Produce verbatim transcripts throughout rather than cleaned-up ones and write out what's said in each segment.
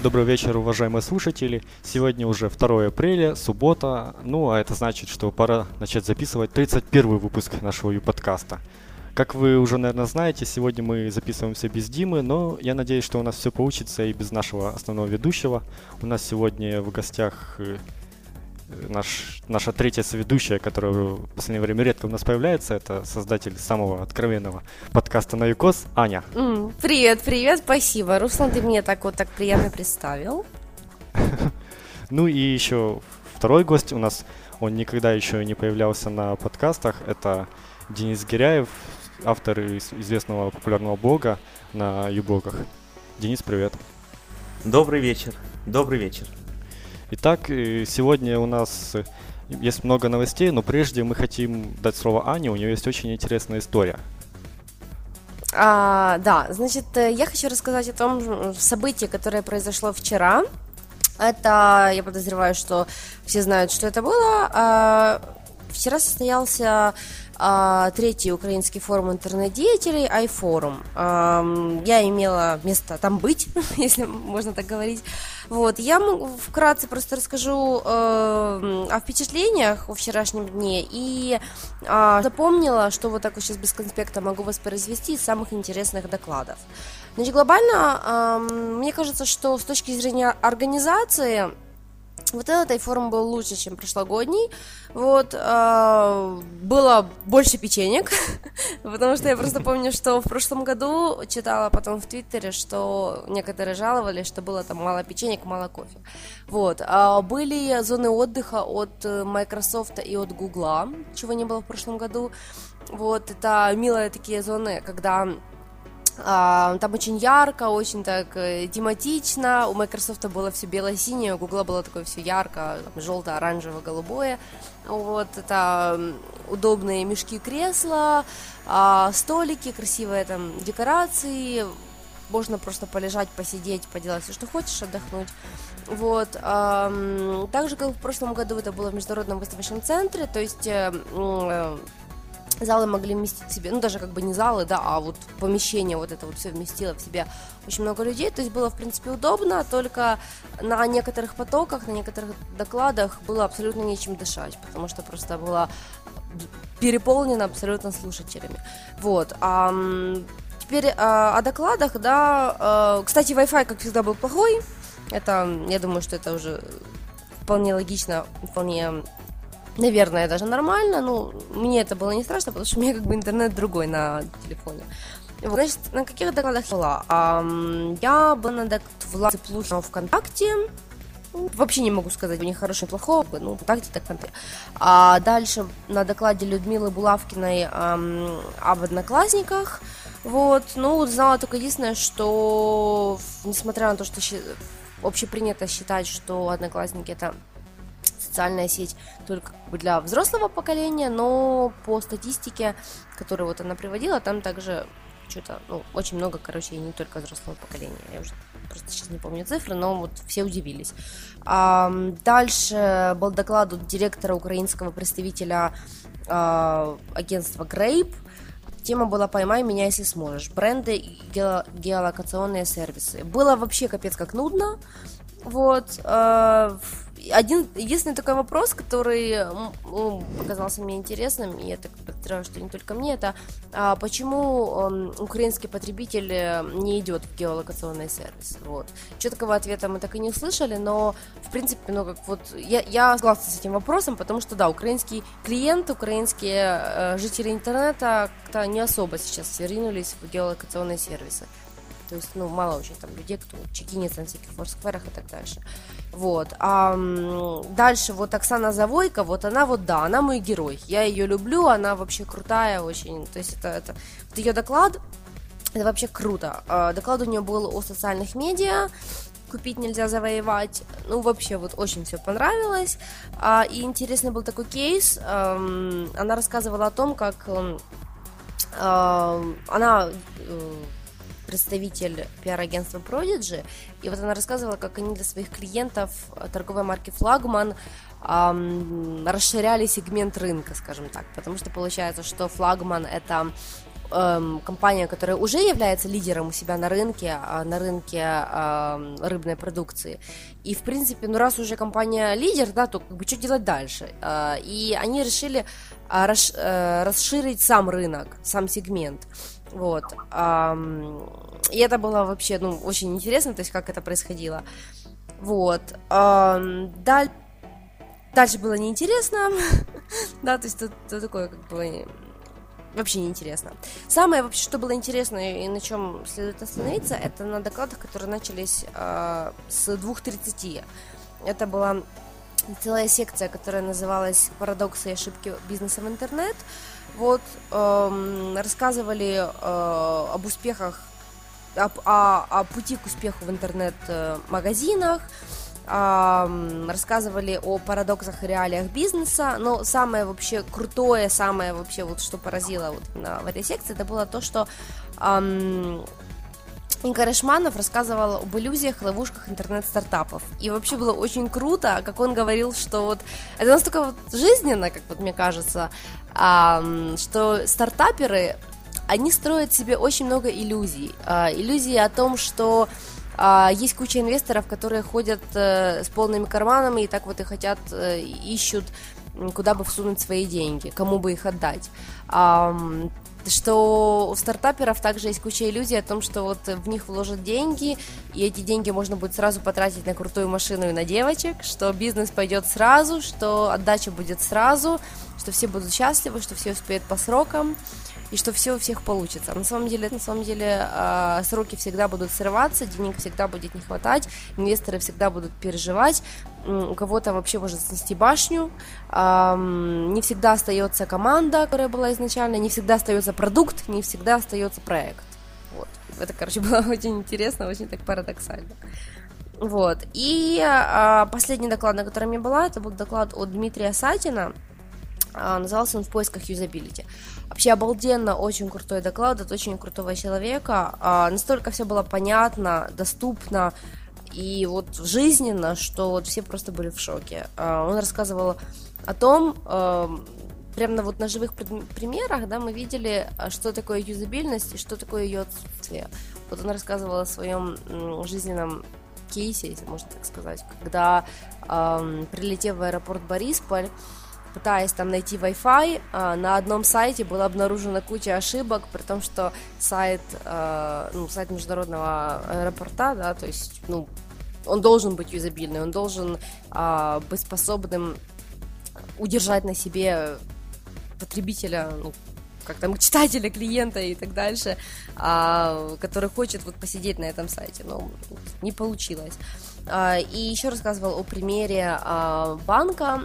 Добрый вечер, уважаемые слушатели. Сегодня уже второе апреля, суббота. Ну, а это значит, что пора начать записывать тридцать первый выпуск нашего ю-подкаста. Как вы уже, наверное, знаете, сегодня мы записываемся без Димы, но я надеюсь, что у нас все получится и без нашего основного ведущего. У нас сегодня в гостях э, наш, наша третья соведущая, которая в последнее время редко у нас появляется. Это создатель самого откровенного подкаста на ЮКОС, Аня. Mm, привет, привет, спасибо. Руслан, ты мне так вот так приятно представил. Ну и еще второй гость у нас, он никогда еще не появлялся на подкастах. Это Денис Гиряев, автор известного популярного блога на ю-блогах. Денис, привет. Добрый вечер, добрый вечер. Итак, сегодня у нас есть много новостей, но прежде мы хотим дать слово Ане, у нее есть очень интересная история. А, да, значит, я хочу рассказать о том событии, которое произошло вчера. Это, я подозреваю, что все знают, что это было. А, вчера состоялся а, третий украинский форум интернет-деятелей iForum. А, я имела место там быть, если можно так говорить. Вот, я вкратце просто расскажу э, о впечатлениях о вчерашнем дне и э, запомнила, что вот так вот сейчас без конспекта могу воспроизвести из самых интересных докладов. Значит, глобально, э, мне кажется, что с точки зрения организации вот этот iForum был лучше, чем прошлогодний. Вот, э, было больше печенек, потому что я просто помню, что в прошлом году читала потом в Твиттере, что некоторые жаловались, что было там мало печенек, мало кофе. Вот, э, были зоны отдыха от Microsoft и от Google, чего не было в прошлом году. Вот, это милые такие зоны, когда... Uh, там очень ярко, очень так э, тематично. У Microsoft было все бело-синее, у Google было такое все ярко, желтое, оранжевое, голубое. Вот, это удобные мешки, кресла, uh, столики, красивые там декорации. Можно просто полежать, посидеть, поделать все, что хочешь, отдохнуть. Вот, uh, так же, как в прошлом году это было в Международном выставочном центре, то есть... Uh, залы могли вместить в себе, ну даже как бы не залы, да, а вот помещение вот это вот все вместило в себя очень много людей, то есть было в принципе удобно, только на некоторых потоках, на некоторых докладах было абсолютно нечем дышать, потому что просто было переполнено абсолютно слушателями. Вот, а теперь а, о докладах, да, а, кстати, Wi-Fi, как всегда, был плохой, это, я думаю, что это уже вполне логично, вполне... Наверное, даже нормально, ну, мне это было не страшно, потому что у меня как бы интернет другой на телефоне. Вот, значит, на каких докладах я была? А, я была на докладе Плухина ВКонтакте, вообще не могу сказать, у них хороший, плохой, ну, ВКонтакте так ВКонтакте. А дальше на докладе Людмилы Булавкиной а, об Одноклассниках, вот, ну, знала только единственное, что, несмотря на то, что общепринято считать, что Одноклассники это... социальная сеть только для взрослого поколения, но по статистике, которую вот она приводила, там также что-то, ну, очень много, короче, не только взрослого поколения. Я уже просто сейчас не помню цифры, но вот все удивились. А, дальше был доклад от директора украинского представителя а, агентства Grape. Тема была «Поймай меня, если сможешь. Бренды и ге- геолокационные сервисы». Было вообще капец как нудно. Вот. А, Один, единственный такой вопрос, который ну, показался мне интересным, и я так подозреваю, что не только мне, это а, почему um, украинский потребитель не идет в геолокационный сервис. Вот. Четкого ответа мы так и не услышали, но в принципе, ну как вот я, я согласна с этим вопросом, потому что да, украинский клиент, украинские э, жители интернета как-то не особо сейчас ринулись в геолокационные сервисы. То есть, ну, мало очень там людей, кто чекинится на всяких форскверах и так дальше. Вот. А дальше вот Оксана Завойко, вот она вот, да, она мой герой. Я ее люблю, она вообще крутая очень. То есть это, это вот ее доклад, это вообще круто. А, доклад у нее был о социальных медиа, купить нельзя завоевать. Ну, вообще, вот очень все понравилось. А, и интересный был такой кейс. А, она рассказывала о том, как а, она... представитель пиар-агентства Prodigy, и вот она рассказывала, как они для своих клиентов торговой марки Флагман эм, расширяли сегмент рынка, скажем так, потому что получается, что Флагман это эм, компания, которая уже является лидером у себя на рынке, э, на рынке э, рыбной продукции. И, в принципе, ну раз уже компания лидер, да, то как бы что делать дальше? Э, и они решили э, расш, э, расширить сам рынок, сам сегмент. Вот. Эм, и это было вообще, ну, очень интересно, то есть как это происходило. Вот. Эм, даль... Дальше было неинтересно. Да, то есть тут, тут такое как бы вообще неинтересно. Самое вообще, что было интересно и на чем следует остановиться, это на докладах, которые начались э, с двух тридцати. Это была целая секция, которая называлась «Парадоксы и ошибки бизнеса в интернет». Вот, э, рассказывали э, об успехах, о, о, о пути к успеху в интернет-магазинах, рассказывали о парадоксах и реалиях бизнеса, но самое вообще крутое, самое вообще вот что поразило вот на, в этой секции, это было то, что эм, Игорь Шманов рассказывал об иллюзиях, ловушках интернет-стартапов, и вообще было очень круто, как он говорил, что вот это настолько вот жизненно, как вот мне кажется, эм, что стартаперы, они строят себе очень много иллюзий, э, иллюзии о том, что есть куча инвесторов, которые ходят э, с полными карманами и так вот и хотят, э, ищут, куда бы всунуть свои деньги, кому бы их отдать. А, что у стартаперов также есть куча иллюзий о том, что вот в них вложат деньги, и эти деньги можно будет сразу потратить на крутую машину и на девочек, что бизнес пойдет сразу, что отдача будет сразу, что все будут счастливы, что все успеют по срокам, и что все у всех получится. На самом деле, на самом деле э, сроки всегда будут срываться, денег всегда будет не хватать, инвесторы всегда будут переживать, у кого-то вообще может снести башню, э, не всегда остается команда, которая была изначально, не всегда остается продукт, не всегда остается проект. Вот. Это, короче, было очень интересно, очень так парадоксально. Вот. И э, последний доклад, на котором я была, это был доклад от Дмитрия Сатина. Назывался он «В поисках юзабилити». Вообще обалденно, очень крутой доклад от очень крутого человека. Настолько все было понятно, доступно и вот жизненно, что вот все просто были в шоке. Он рассказывал о том, прямо вот на живых примерах, да, мы видели, что такое юзабильность и что такое ее отсутствие. Вот он рассказывал о своем жизненном кейсе, если можно так сказать, когда, прилетев в аэропорт Борисполь, пытаясь там найти Wi-Fi, на одном сайте была обнаружена куча ошибок, при том, что сайт, ну, сайт международного аэропорта, да, то есть, ну, он должен быть юзабильный, он должен быть способным удержать на себе потребителя, ну, как там, читателя, клиента и так дальше, который хочет вот посидеть на этом сайте, но не получилось. И еще рассказывал о примере банка,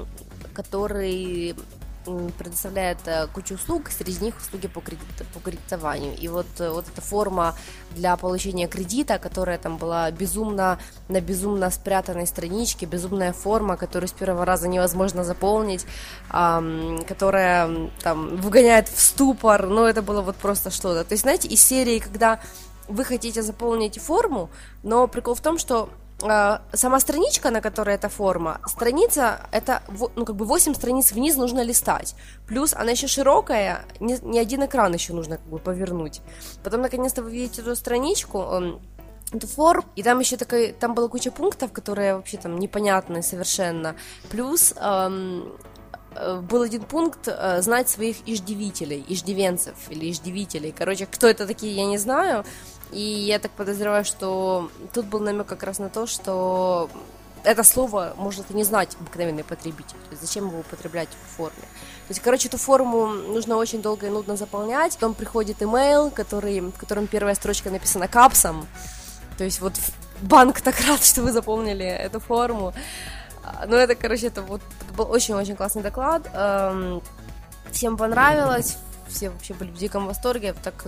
который предоставляет кучу услуг, среди них услуги по, кредит, по кредитованию. И вот, вот эта форма для получения кредита, которая там была безумно, на безумно спрятанной страничке, безумная форма, которую с первого раза невозможно заполнить, эм, которая там вгоняет в ступор, ну это было вот просто что-то. То есть, знаете, из серии, когда вы хотите заполнить форму, но прикол в том, что сама страничка, на которой эта форма, страница, это, ну, как бы восемь страниц вниз нужно листать. Плюс она еще широкая, не, не один экран еще нужно как бы повернуть. Потом, наконец-то, вы видите эту страничку, эту форму, и там еще такая, там была куча пунктов, которые вообще там непонятные совершенно. Плюс эм, был один пункт э, знать своих иждивителей, иждивенцев или иждивителей. Короче, кто это такие, я не знаю. И я так подозреваю, что тут был намек как раз на то, что это слово может и не знать обыкновенный потребитель. То есть зачем его употреблять в форме? То есть, короче, эту форму нужно очень долго и нудно заполнять. Потом приходит имейл, который, в котором первая строчка написана капсом. То есть вот банк так рад, что вы заполнили эту форму. Ну, это, короче, это вот был очень-очень классный доклад. Всем понравилось. Все вообще были в диком восторге. Так, так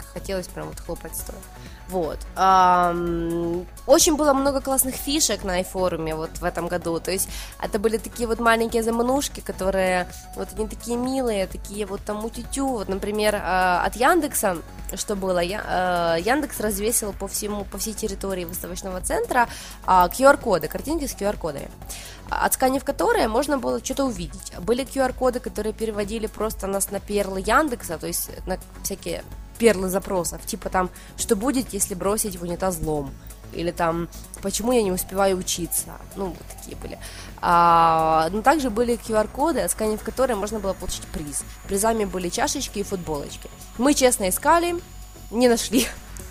хотелось прям вот хлопать стоя. Вот. Ам, очень было много классных фишек на iForum вот в этом году. То есть это были такие вот маленькие заманушки, которые вот они такие милые, такие вот там утю-тю. Вот, например, э, от Яндекса, что было, я, э, Яндекс развесил по всему, по всей территории выставочного центра э, ку ар-коды, картинки с ку ар-кодами, отсканив которые можно было что-то увидеть. Были ку ар-коды, которые переводили просто нас на перлы Яндекса, то есть на всякие перлы запросов, типа там, что будет, если бросить в унитаз лом, или там, почему я не успеваю учиться, ну, вот такие были. А, но также были ку ар-коды, отсканив которые можно было получить приз. Призами были чашечки и футболочки. Мы честно искали, не нашли.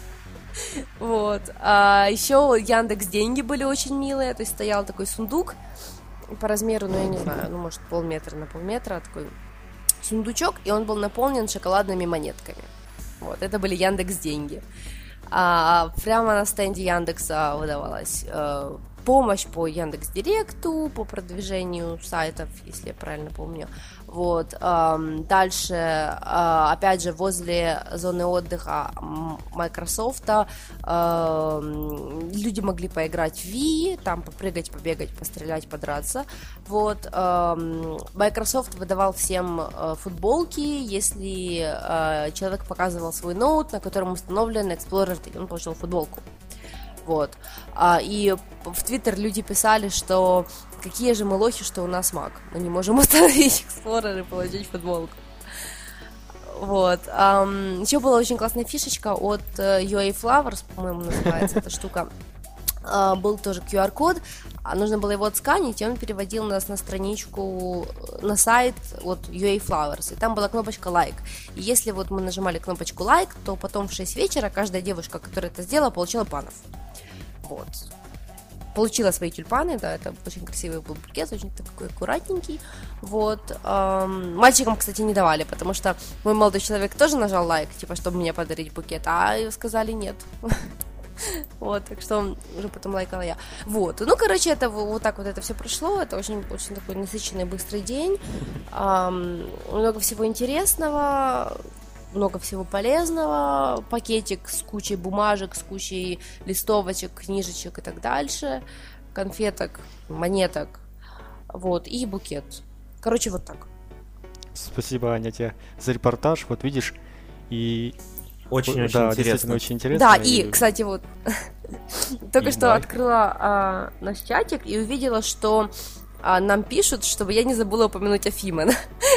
Вот. А еще Яндекс деньги были очень милые, то есть стоял такой сундук по размеру, ну, я не знаю, ну, может, полметра на полметра, такой сундучок, и он был наполнен шоколадными монетками. Вот, это были Яндекс деньги. А, прямо на стенде Яндекса выдавалась э, помощь по Яндекс.Директу, по продвижению сайтов, если я правильно помню. Вот, э, дальше, э, опять же, возле зоны отдыха Microsoft э, люди могли поиграть в Ви, там попрыгать, побегать, пострелять, подраться. Вот, э, Microsoft выдавал всем э, футболки, если э, человек показывал свой ноут, на котором установлен Explorer, он получил футболку. Вот. А, и в Твиттер люди писали, что какие же мы лохи, что у нас Mac. Мы не можем установить Explorer и получить футболку. Вот. А, еще была очень классная фишечка от ю эй Flowers, по-моему, называется эта штука. А, был тоже ку ар-код, а нужно было его отсканить, и он переводил нас на страничку, на сайт вот ю эй Flowers, и там была кнопочка лайк. И если вот мы нажимали кнопочку лайк, то потом в шесть вечера каждая девушка, которая это сделала, получила банов. Вот. Получила свои тюльпаны, да, это очень красивый был букет, очень такой аккуратненький. Вот. Эм, мальчикам, кстати, не давали, потому что мой молодой человек тоже нажал лайк, типа, чтобы мне подарить букет, а сказали нет. Вот, так что уже потом лайкала я. Вот, ну, короче, это вот так вот это все прошло. Это очень, очень такой насыщенный, быстрый день. Эм, много всего интересного, много всего полезного. Пакетик с кучей бумажек, с кучей листовочек, книжечек и так дальше. Конфеток, монеток. Вот, и букет. Короче, вот так. Спасибо, Аня, тебе за репортаж. Вот видишь, и... Очень-очень да, интересно. Действительно очень интересно. Да, и, и кстати, вот только и что да. открыла а, наш чатик и увидела, что а, нам пишут, чтобы я не забыла упомянуть Афима.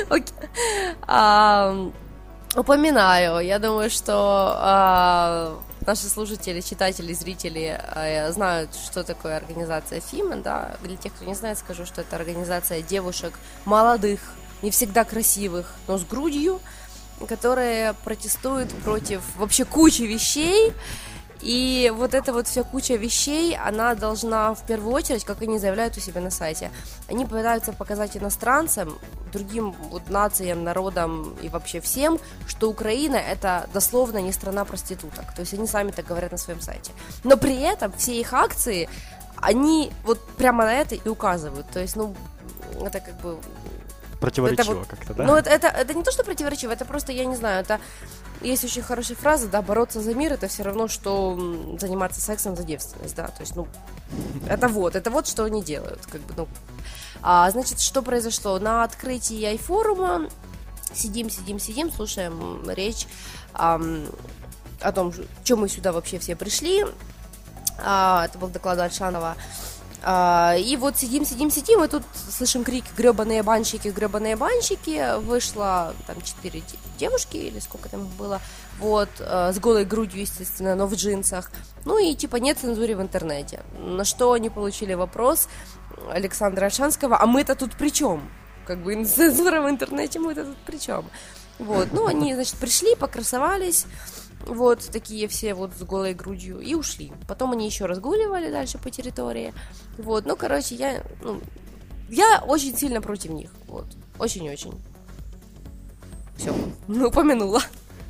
а, упоминаю. Я думаю, что а, наши слушатели, читатели, зрители а, знают, что такое организация Фимен, да. Для тех, кто не знает, скажу, что это организация девушек молодых, не всегда красивых, но с грудью, которые протестуют против вообще кучи вещей. И вот эта вот вся куча вещей, она должна в первую очередь, как они заявляют у себя на сайте, они пытаются показать иностранцам, другим вот нациям, народам и вообще всем, что Украина это дословно не страна проституток. То есть они сами так говорят на своем сайте. Но при этом все их акции, они вот прямо на это и указывают. То есть, ну, это как бы... Противоречиво вот, как-то, да? Ну, это, это, это не то, что противоречиво, это просто, я не знаю, это... Есть очень хорошая фраза, да, бороться за мир, это все равно, что заниматься сексом за девственность, да, то есть, ну, это вот, это вот, что они делают, как бы, ну. А, значит, что произошло? На открытии iForum сидим, сидим, сидим, слушаем речь ам, о том, что мы сюда вообще все пришли, а, это был доклад Альшанова. Uh, и вот сидим, сидим, сидим, и тут слышим крики «гребаные банщики, гребаные банщики». Вышло там четыре девушки, или сколько там было, вот, uh, с голой грудью, естественно, но в джинсах. Ну и типа нет цензуры в интернете. На что они получили вопрос Александра Альшанского: а мы-то тут при чем? Как бы цензура в интернете, мы-то тут при чем? Вот, ну они, значит, пришли, покрасовались, вот, такие все вот с голой грудью, и ушли. Потом они еще разгуливали дальше по территории. Вот, ну, короче, я, ну, я очень сильно против них. Вот, очень-очень. Все, ну, упомянула.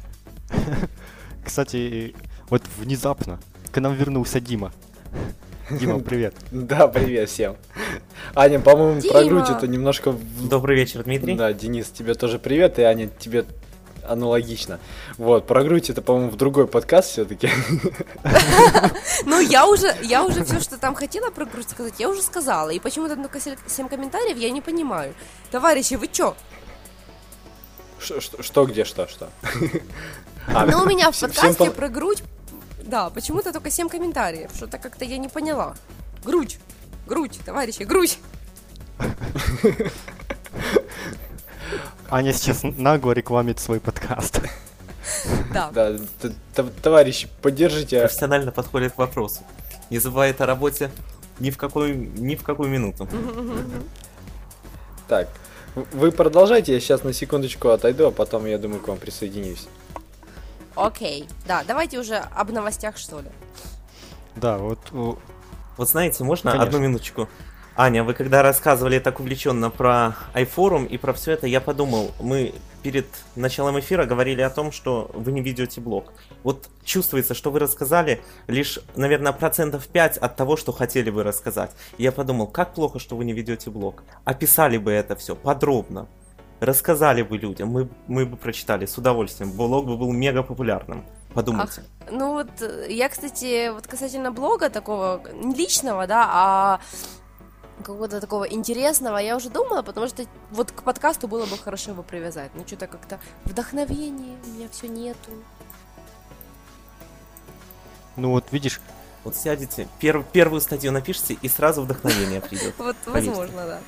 Кстати, вот внезапно к нам вернулся Дима. Дима, привет. Да, привет всем. Аня, по-моему, Дима! про грудь это немножко... Добрый вечер, Дмитрий. Да, Денис, тебе тоже привет, и Аня, тебе аналогично. Вот, про грудь это, по-моему, в другой подкаст все-таки. Ну, я уже, я уже все, что там хотела про грудь сказать, я уже сказала. И почему-то только семь комментариев, я не понимаю. Товарищи, вы чё? Что, где, что, что? Ну, у меня в подкасте про грудь, да, почему-то только семь комментариев. Что-то как-то я не поняла. Грудь, грудь, товарищи, грудь. Аня сейчас нагло рекламит свой подкаст. Да. Да, товарищи, поддержите. Профессионально подходит к вопросу. Не забывает о работе ни в какую, ни в какую минуту. Так, вы продолжайте, я сейчас на секундочку отойду, а потом, я думаю, к вам присоединюсь. Окей, да, давайте уже об новостях, что ли. Да, вот... Вот знаете, можно Конечно. одну минуточку? Аня, вы когда рассказывали так увлеченно про iForum и про все это, я подумал, мы перед началом эфира говорили о том, что вы не ведете блог. Вот чувствуется, что вы рассказали лишь, наверное, процентов пять от того, что хотели бы рассказать. И я подумал, как плохо, что вы не ведете блог. Описали бы это все подробно, рассказали бы людям, мы, мы бы прочитали с удовольствием. Блог бы был мега популярным. Подумайте. Ах, ну вот, я, кстати, вот касательно блога такого, не личного, да, а какого-то такого интересного, я уже думала, потому что вот к подкасту было бы хорошо его привязать. Ну, что-то как-то вдохновение, у меня все нету. Ну вот, видишь... Вот сядете, пер, первую статью напишите, и сразу вдохновение придет. Вот, возможно, да.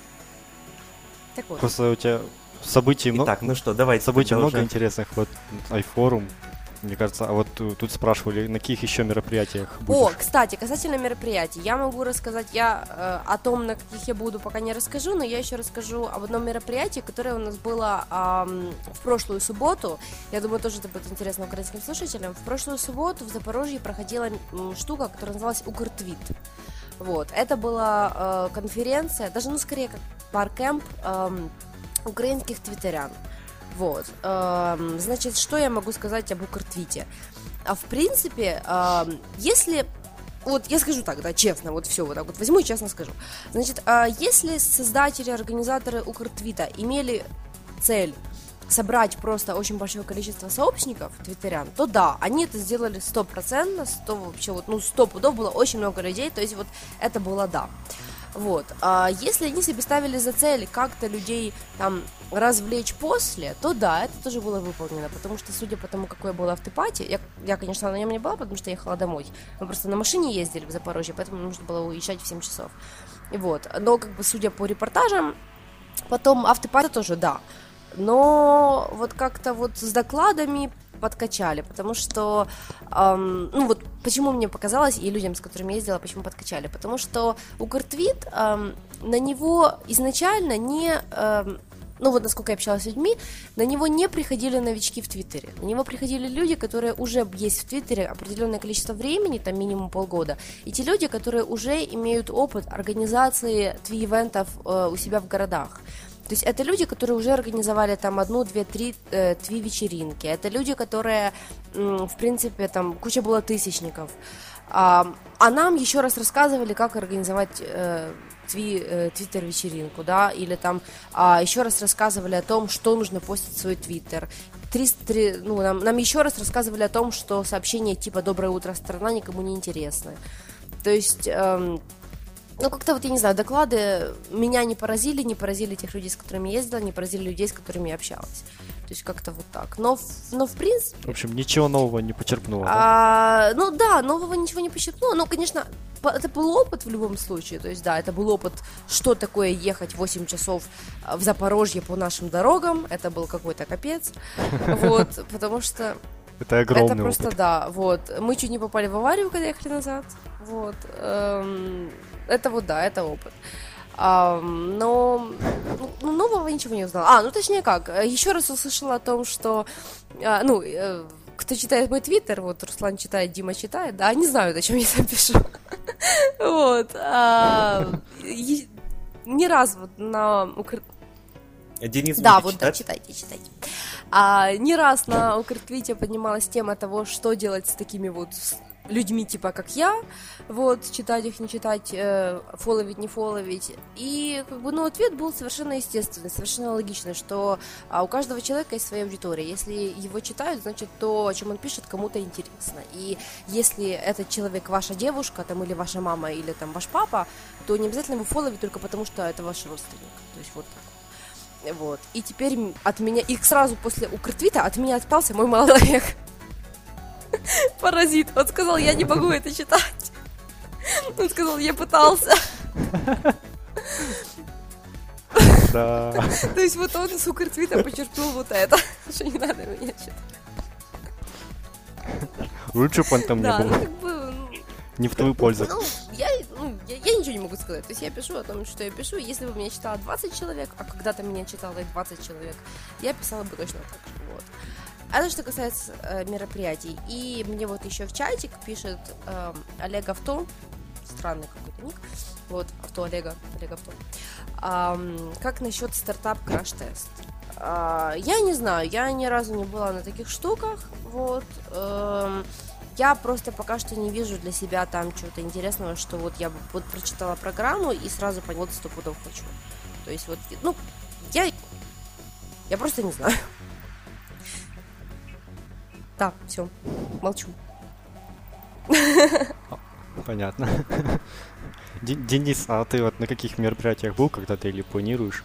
Так вот. Просто у тебя событий много. Так, ну что, давайте. Событий много уже. интересных. Вот iForum, мне кажется, а вот тут спрашивали, на каких еще мероприятиях будешь? О, кстати, касательно мероприятий, я могу рассказать, я э, о том, на каких я буду, пока не расскажу, но я еще расскажу об одном мероприятии, которое у нас было э, в прошлую субботу. Я думаю, тоже это будет интересно украинским слушателям. В прошлую субботу в Запорожье проходила м, штука, которая называлась Укртвит. Вот, это была э, конференция, даже, ну, скорее, как баркэмп э, украинских твиттерян. Вот, эм, значит, что я могу сказать об Укртвите? А в принципе, эм, если, вот я скажу так, да, честно, вот все, вот так вот возьму и честно скажу. Значит, э, если создатели, организаторы Укртвита имели цель собрать просто очень большое количество сообщников, твиттерян, то да, они это сделали стопроцентно, сто вообще вот, ну, сто пудов было очень много людей, то есть вот это было да. Вот, а если они себе ставили за цель как-то людей там развлечь после, то да, это тоже было выполнено, потому что, судя по тому, какой я была в Тепате, я, я, конечно, на нем не была, потому что я ехала домой, мы просто на машине ездили в Запорожье, поэтому нужно было уезжать в семь часов, и вот, но, как бы, судя по репортажам, потом, а в Тепате тоже, да, но вот как-то вот с докладами подкачали, потому что, эм, ну вот почему мне показалось, и людям, с которыми я ездила, почему подкачали, потому что Укртвит, эм, на него изначально не, эм, ну вот насколько я общалась с людьми, на него не приходили новички в Твиттере, на него приходили люди, которые уже есть в Твиттере определенное количество времени, там минимум полгода, и те люди, которые уже имеют опыт организации тви-ивентов э, у себя в городах. То есть это люди, которые уже организовали там одну, две, три э, тви-вечеринки. Это люди, которые, м, в принципе, там куча было тысячников. А, а нам еще раз рассказывали, как организовать э, тви, э, твиттер-вечеринку, да, или там а, еще раз рассказывали о том, что нужно постить в свой твиттер. триста, ну, нам, нам еще раз рассказывали о том, что сообщения типа «Доброе утро, страна» никому не интересны. То есть... Эм, Ну, как-то вот, я не знаю, доклады меня не поразили, не поразили тех людей, с которыми я ездила, не поразили людей, с которыми я общалась. То есть как-то вот так. Но, но в принципе... В общем, ничего нового не почерпнула. Да? А, ну да, нового ничего не почерпнула. Ну, конечно, это был опыт в любом случае. То есть, да, это был опыт, что такое ехать восемь часов в Запорожье по нашим дорогам. Это был какой-то капец. Вот, потому что... Это огромный Это просто, опыт. да, вот. Мы чуть не попали в аварию, когда ехали назад. Вот. Эм, это вот, да, это опыт. А, но ну, нового ничего не узнала. А, ну точнее как, еще раз услышала о том, что, а, ну, э, кто читает мой твиттер, вот Руслан читает, Дима читает, да, они знают, о чем я там пишу. Вот. Не раз вот на... Денис да, будет вот, читать? да, читайте, читайте. А, не раз на Укртвите поднималась тема того, что делать с такими вот людьми типа как я, вот, читать их, не читать, э, фолловить, не фолловить. И как бы, ну, ответ был совершенно естественный, совершенно логичный, что а, у каждого человека есть своя аудитория. Если его читают, значит, то, о чем он пишет, кому-то интересно. И если этот человек ваша девушка, там, или ваша мама, или там ваш папа, то не обязательно его фолловить только потому, что это ваш родственник. То есть вот так. Вот. И теперь от меня, и сразу после укртвита от меня отпался мой молодой паразит. Он сказал, я не могу это читать. Он сказал, я пытался. Да. То есть вот он с укртвита почерпнул вот это, что не надо меня читать. Лучше бы он там не Да, был. ну как бы... ну, Не в твою пользу. Ну, я, ну, я, я ничего не могу сказать. То есть я пишу о том, что я пишу. Если бы меня читало двадцать человек, а когда-то меня читало и двадцать человек, я писала бы точно так же. Вот. А это что касается э, мероприятий. И мне вот еще в чатик пишет э, Олег Авто. Странный какой-то ник. Вот, Авто Олега. Олег Авто. Ам, как насчет стартап краш-тест? А, я не знаю, я ни разу не была на таких штуках. Вот. Эм, Я просто пока что не вижу для себя там чего-то интересного, что вот я вот прочитала программу и сразу поняла, вот сто пудов хочу. То есть вот, ну, я... Я просто не знаю. Да, все, молчу. Понятно. Д- Денис, а ты вот на каких мероприятиях был когда-то или планируешь?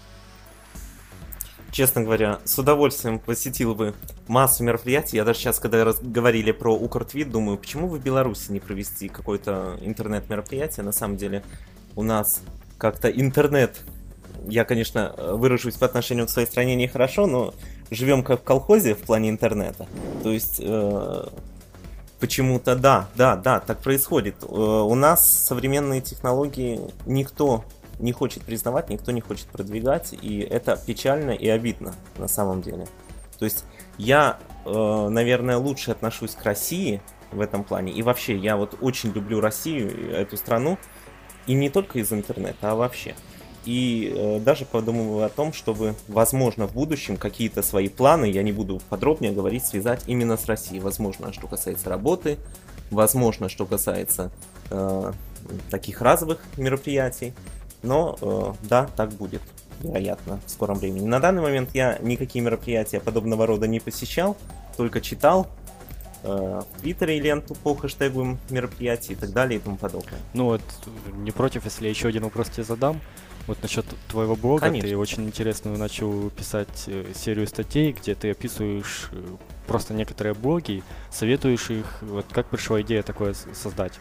Честно говоря, с удовольствием посетил бы массу мероприятий. Я даже сейчас, когда раз- говорили про Укртвит, думаю, почему в Беларуси не провести какое-то интернет-мероприятие? На самом деле у нас как-то интернет, я, конечно, выражусь по отношению к своей стране нехорошо, но живем как в колхозе в плане интернета. То есть э, почему-то да, да, да, так происходит. Э, у нас современные технологии никто не хочет признавать, никто не хочет продвигать, и это печально и обидно на самом деле. То есть я, э, наверное, лучше отношусь к России в этом плане, и вообще я вот очень люблю Россию, эту страну, и не только из интернета, а вообще. И э, даже подумываю о том, чтобы, возможно, в будущем какие-то свои планы, я не буду подробнее говорить, связать именно с Россией. Возможно, что касается работы, возможно, что касается э, таких разовых мероприятий. Но э, да, так будет, вероятно, в скором времени. На данный момент я никакие мероприятия подобного рода не посещал, только читал э, в Твиттере ленту по хэштегу мероприятий и так далее и тому подобное. Ну вот, не против, если я еще один вопрос тебе задам. Вот насчет твоего блога, Конечно. ты очень интересную начал писать э, серию статей, где ты описываешь э, просто некоторые блоги, советуешь их. Вот как пришла идея такое с- создать?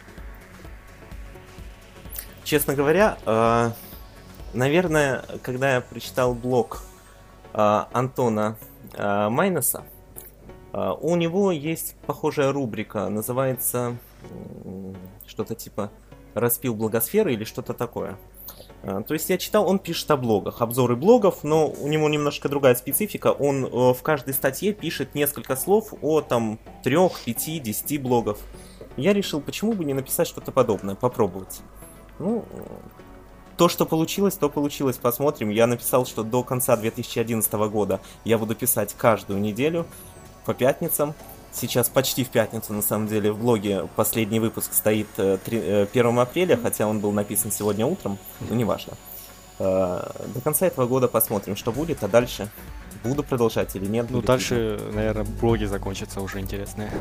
Честно говоря, э, наверное, когда я прочитал блог э, Антона э, Майнеса, э, у него есть похожая рубрика, называется м, что-то типа «Распил блогосферы» или что-то такое. Э, то есть я читал, он пишет о блогах, обзоры блогов, но у него немножко другая специфика. Он э, в каждой статье пишет несколько слов о там трех, пяти, десяти блогов. Я решил, почему бы не написать что-то подобное, попробовать. Ну, то, что получилось, то получилось, посмотрим. Я написал, что до конца две тысячи одиннадцатого года я буду писать каждую неделю по пятницам. Сейчас почти в пятницу, на самом деле, в блоге последний выпуск стоит первого апреля, хотя он был написан сегодня утром, но неважно. До конца этого года посмотрим, что будет, а дальше буду продолжать или нет. Ну, дальше, видно. Наверное, блоги закончатся уже интересные.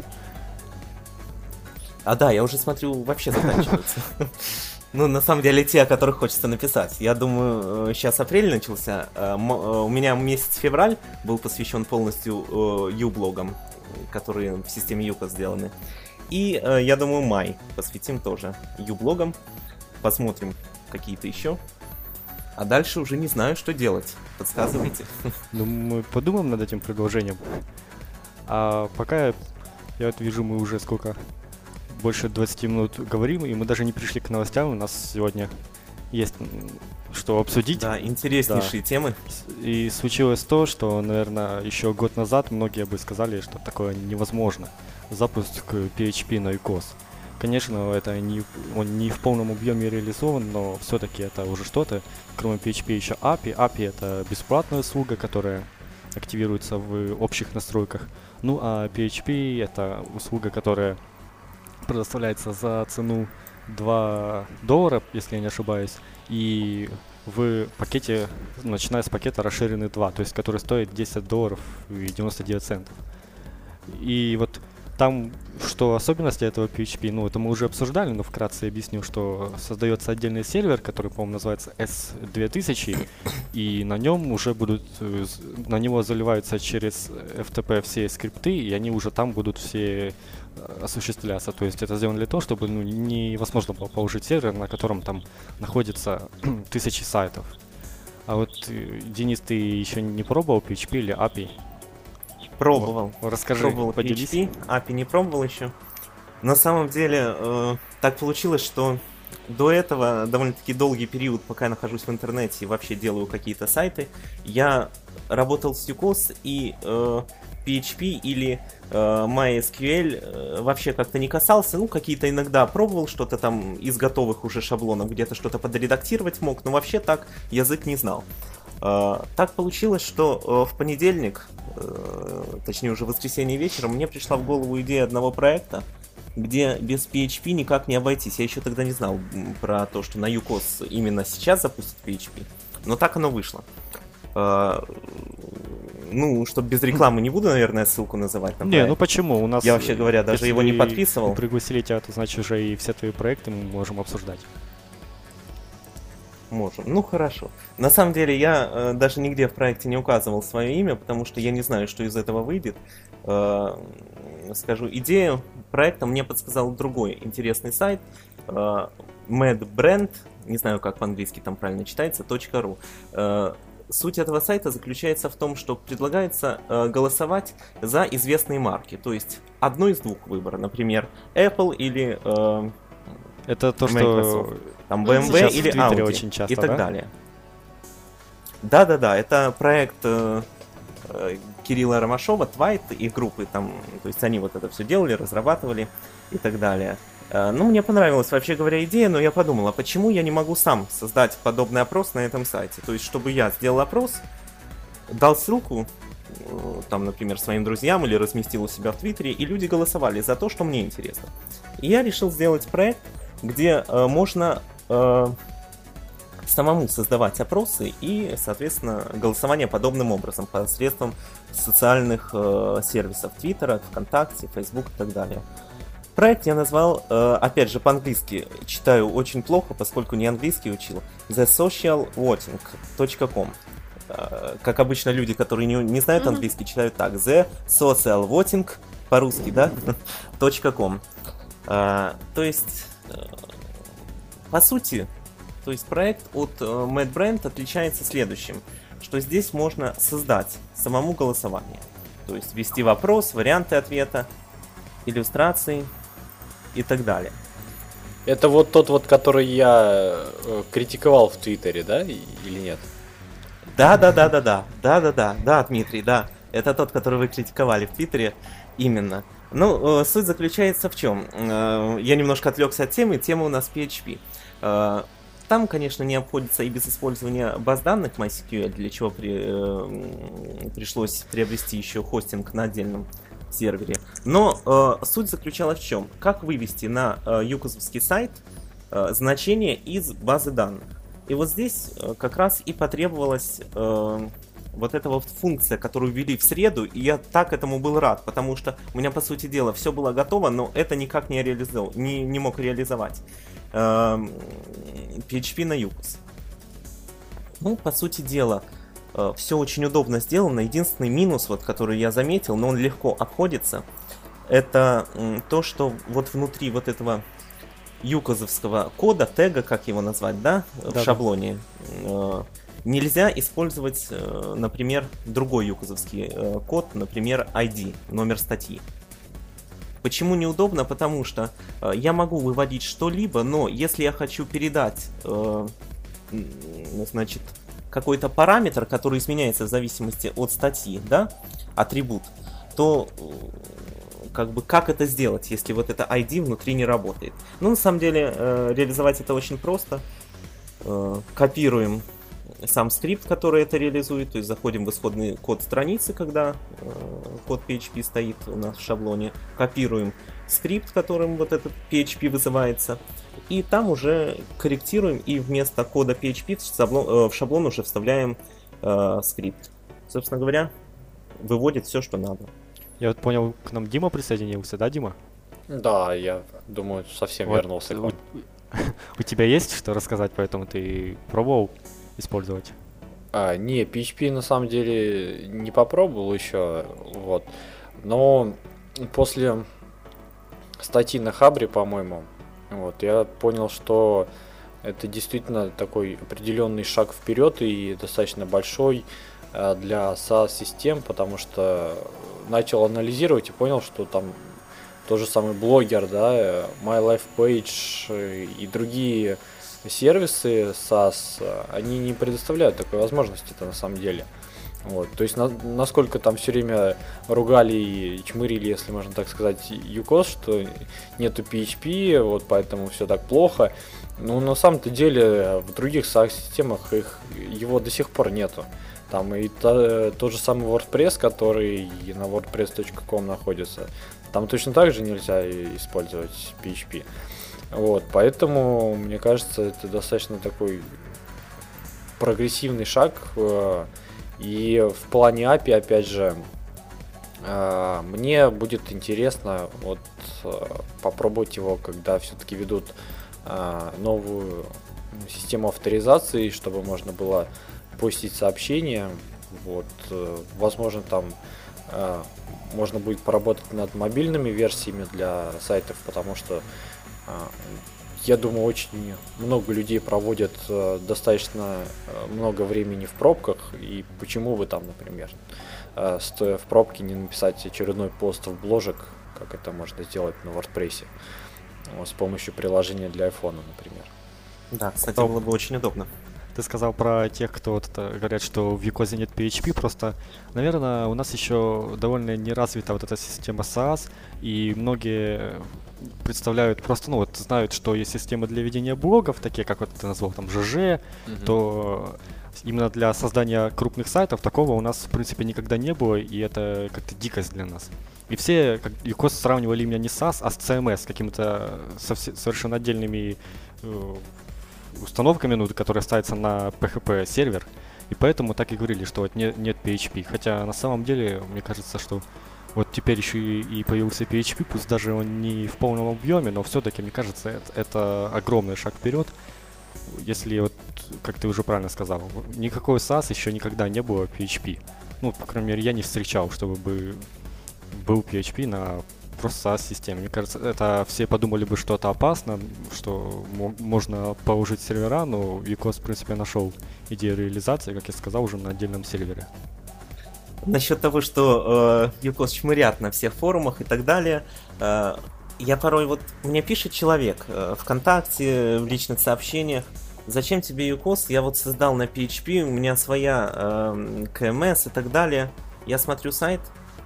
А да, я уже смотрю, вообще заканчиваются. Ну, на самом деле, те, о которых хочется написать. Я думаю, сейчас апрель начался. У меня месяц февраль был посвящен полностью ю-блогам, которые в системе Юка сделаны. И я думаю, май посвятим тоже ю-блогам. Посмотрим какие-то еще. А дальше уже не знаю, что делать. Подсказывайте. Ну, мы подумаем над этим предложением. А пока я, я вот вижу, мы уже сколько... больше двадцати минут говорим, и мы даже не пришли к новостям. У нас сегодня есть что обсудить. Да, интереснейшие да. темы. И случилось то, что, наверное, еще год назад многие бы сказали, что такое невозможно. Запуск пи эйч пи на юкос. Конечно, это не, он не в полном объеме реализован, но все-таки это уже что-то. Кроме пи эйч пи еще эй пи ай. эй пи ай это бесплатная услуга, которая активируется в общих настройках. Ну а пи эйч пи это услуга, которая предоставляется за цену два доллара, если я не ошибаюсь, и в пакете, начиная с пакета расширенный два, то есть который стоит десять долларов и девяносто девять центов. И вот там, что особенности этого пи эйч пи, ну это мы уже обсуждали, но вкратце объясню, что создается отдельный сервер, который, по-моему, называется эс две тысячи, и на нем уже будут, на него заливаются через эф ти пи все скрипты, и они уже там будут все осуществляться. То есть это сделано для того, чтобы ну, невозможно было положить сервер, на котором там находится тысячи сайтов. А вот, Денис, ты еще не пробовал пи эйч пи или эй пи ай? Пробовал. Расскажи, Пробовал поделись. пи эйч пи, эй пи ай не пробовал еще. На самом деле, э, так получилось, что до этого довольно-таки долгий период, пока я нахожусь в интернете и вообще делаю какие-то сайты, я работал с юкос и э, пи эйч пи или э, MySQL э, вообще как-то не касался. Ну, какие-то иногда пробовал что-то там из готовых уже шаблонов, где-то что-то подредактировать мог, но вообще так язык не знал. Uh, так получилось, что uh, в понедельник, uh, точнее уже в воскресенье вечером, мне пришла в голову идея одного проекта, где без пи эйч пи никак не обойтись. Я еще тогда не знал про то, что на юкос именно сейчас запустят пи эйч пи, но так оно вышло. Uh, ну, чтобы без рекламы не буду, наверное, ссылку называть. На не, проект. Ну почему? У нас, я вообще говоря, даже его не подписывал. Пригласили тебя, то значит уже и все твои проекты мы можем обсуждать. Можем. Ну хорошо. На самом деле я э, даже нигде в проекте не указывал свое имя, потому что я не знаю, что из этого выйдет. Э, скажу, идею проекта мне подсказал другой интересный сайт. Э, MadBrand, не знаю, как по-английски там правильно читается, .ru. Э, суть этого сайта заключается в том, что предлагается э, голосовать за известные марки. То есть одно из двух выборов. Например, Apple или... Э, Это то, Microsoft. что там бэ эм вэ сейчас или в Твиттере Audi очень часто, и так да? далее. Да-да-да, это проект э, э, Кирилла Ромашова, Твайт и группы там, то есть они вот это все делали, разрабатывали и так далее. Э, ну, мне понравилась, вообще говоря, идея, но я подумал, а почему я не могу сам создать подобный опрос на этом сайте? То есть, чтобы я сделал опрос, дал ссылку, э, там, например, своим друзьям или разместил у себя в Твиттере, и люди голосовали за то, что мне интересно. И я решил сделать проект, где э, можно э, самому создавать опросы и, соответственно, голосование подобным образом посредством социальных э, сервисов Твиттера, ВКонтакте, Фейсбук и так далее. Проект я назвал, э, опять же, по-английски читаю очень плохо, поскольку не английский учил, the social voting точка com. Э, как обычно люди, которые не, не знают Mm-hmm. английский, читают так, the social voting, по-русски, да, .com. Э, то есть... По сути, то есть проект от uh, MadBrand отличается следующим, что здесь можно создать самому голосование. То есть ввести вопрос, варианты ответа, иллюстрации и так далее. Это вот тот вот, который я э, критиковал в Твиттере, да, и- или нет? Да, да, да, да, да, да, да, да, да, Дмитрий, да. Это тот, который вы критиковали в Твиттере, именно. Ну, э, суть заключается в чем? Э, я немножко отвлекся от темы, тема у нас пи эйч пи. Э, там, конечно, не обходится и без использования баз данных MySQL, для чего при, э, пришлось приобрести еще хостинг на отдельном сервере. Но э, суть заключалась в чем? Как вывести на э, юкосовский сайт э, значение из базы данных. И вот здесь э, как раз и потребовалось... Э, вот эта вот функция, которую ввели в среду, и я так этому был рад, потому что у меня, по сути дела, все было готово, но это никак не реализовал, не, не мог реализовать эм, пи эйч пи на юкос. Ну, по сути дела, э, все очень удобно сделано. Единственный минус, вот, который я заметил, но он легко обходится, это м, то, что вот внутри вот этого юкозовского кода, тега, как его назвать, да, в Да-да. шаблоне, э, нельзя использовать, э, например, другой юкозовский э, код, например, ай ди, номер статьи. Почему неудобно? Потому что э, я могу выводить что-либо, но если я хочу передать, э, м, значит, какой-то параметр, который изменяется в зависимости от статьи, да, атрибут, то э, как бы как это сделать, если вот это ай ди внутри не работает? Ну, на самом деле, э, реализовать это очень просто. Э, копируем сам скрипт, который это реализует, то есть заходим в исходный код страницы, когда э, код пи эйч пи стоит у нас в шаблоне, копируем скрипт, которым вот этот пи эйч пи вызывается, и там уже корректируем, и вместо кода пи эйч пи в шаблон, э, в шаблон уже вставляем э, скрипт. Собственно говоря, выводит все, что надо. Я вот понял, к нам Дима присоединился, да, Дима? Да, я думаю, совсем Вот вернулся к у, вам. у тебя есть что рассказать, поэтому ты пробовал использовать? А, не, пи эйч пи на самом деле не попробовал еще, вот. Но после статьи на Хабре, по-моему, вот, я понял, что это действительно такой определенный шаг вперед и достаточно большой а, для SaaS-систем, потому что начал анализировать и понял, что там тот же самый блогер, да, MyLifePage и другие сервисы SaaS, они не предоставляют такой возможности-то на самом деле. Вот, то есть на, насколько там все время ругали и чмырили, если можно так сказать, юкос, что нету пи эйч пи, вот поэтому все так плохо. Но на самом-то деле в других SaaS-системах их, его до сих пор нету. Там и та, тот же самый WordPress, который на wordpress точка ком находится, там точно так же нельзя использовать пи эйч пи. Вот, поэтому, мне кажется, это достаточно такой прогрессивный шаг. И в плане эй пи ай, опять же, мне будет интересно вот попробовать его, когда все-таки ведут новую систему авторизации, чтобы можно было постить сообщения. Вот, возможно, там можно будет поработать над мобильными версиями для сайтов, потому что я думаю, очень много людей проводят достаточно много времени в пробках, и почему вы там, например, стоя в пробке, не написать очередной пост в бложек, как это можно сделать на WordPress, с помощью приложения для iPhone, например. Да, кстати, было бы очень удобно. Ты сказал про тех, кто вот это, говорят, что в юкозе нет пи эйч пи, просто, наверное, у нас еще довольно не развита вот эта система SaaS, и многие представляют просто, ну вот, знают, что есть системы для ведения блогов, такие, как вот ты назвал, там, жэ жэ, mm-hmm. то именно для создания крупных сайтов такого у нас, в принципе, никогда не было, и это как-то дикость для нас. И все, как юкос, сравнивали именно не SaaS, а с си эм эс, с какими-то совсем, совершенно отдельными э, установками, ну, которые ставятся на пи эйч пи сервер, и поэтому так и говорили, что вот нет, нет пи эйч пи. Хотя на самом деле, мне кажется, что вот теперь еще и, и появился пи эйч пи, пусть даже он не в полном объеме, но все-таки, мне кажется, это, это огромный шаг вперед. Если вот, как ты уже правильно сказал, никакой SaaS еще никогда не было пи эйч пи. Ну, по крайней мере, я не встречал, чтобы бы был пи эйч пи на просто SaaS-системе. Мне кажется, это все подумали бы, что это опасно, что м- можно положить сервера, но юкос, в принципе, нашел идею реализации, как я сказал, уже на отдельном сервере. Насчет того, что э, юкос чмырят на всех форумах и так далее, э, я порой вот, мне пишет человек э, ВКонтакте, в личных сообщениях, зачем тебе юкос, я вот создал на пи эйч пи, у меня своя э, ка эм эс и так далее, я смотрю сайт,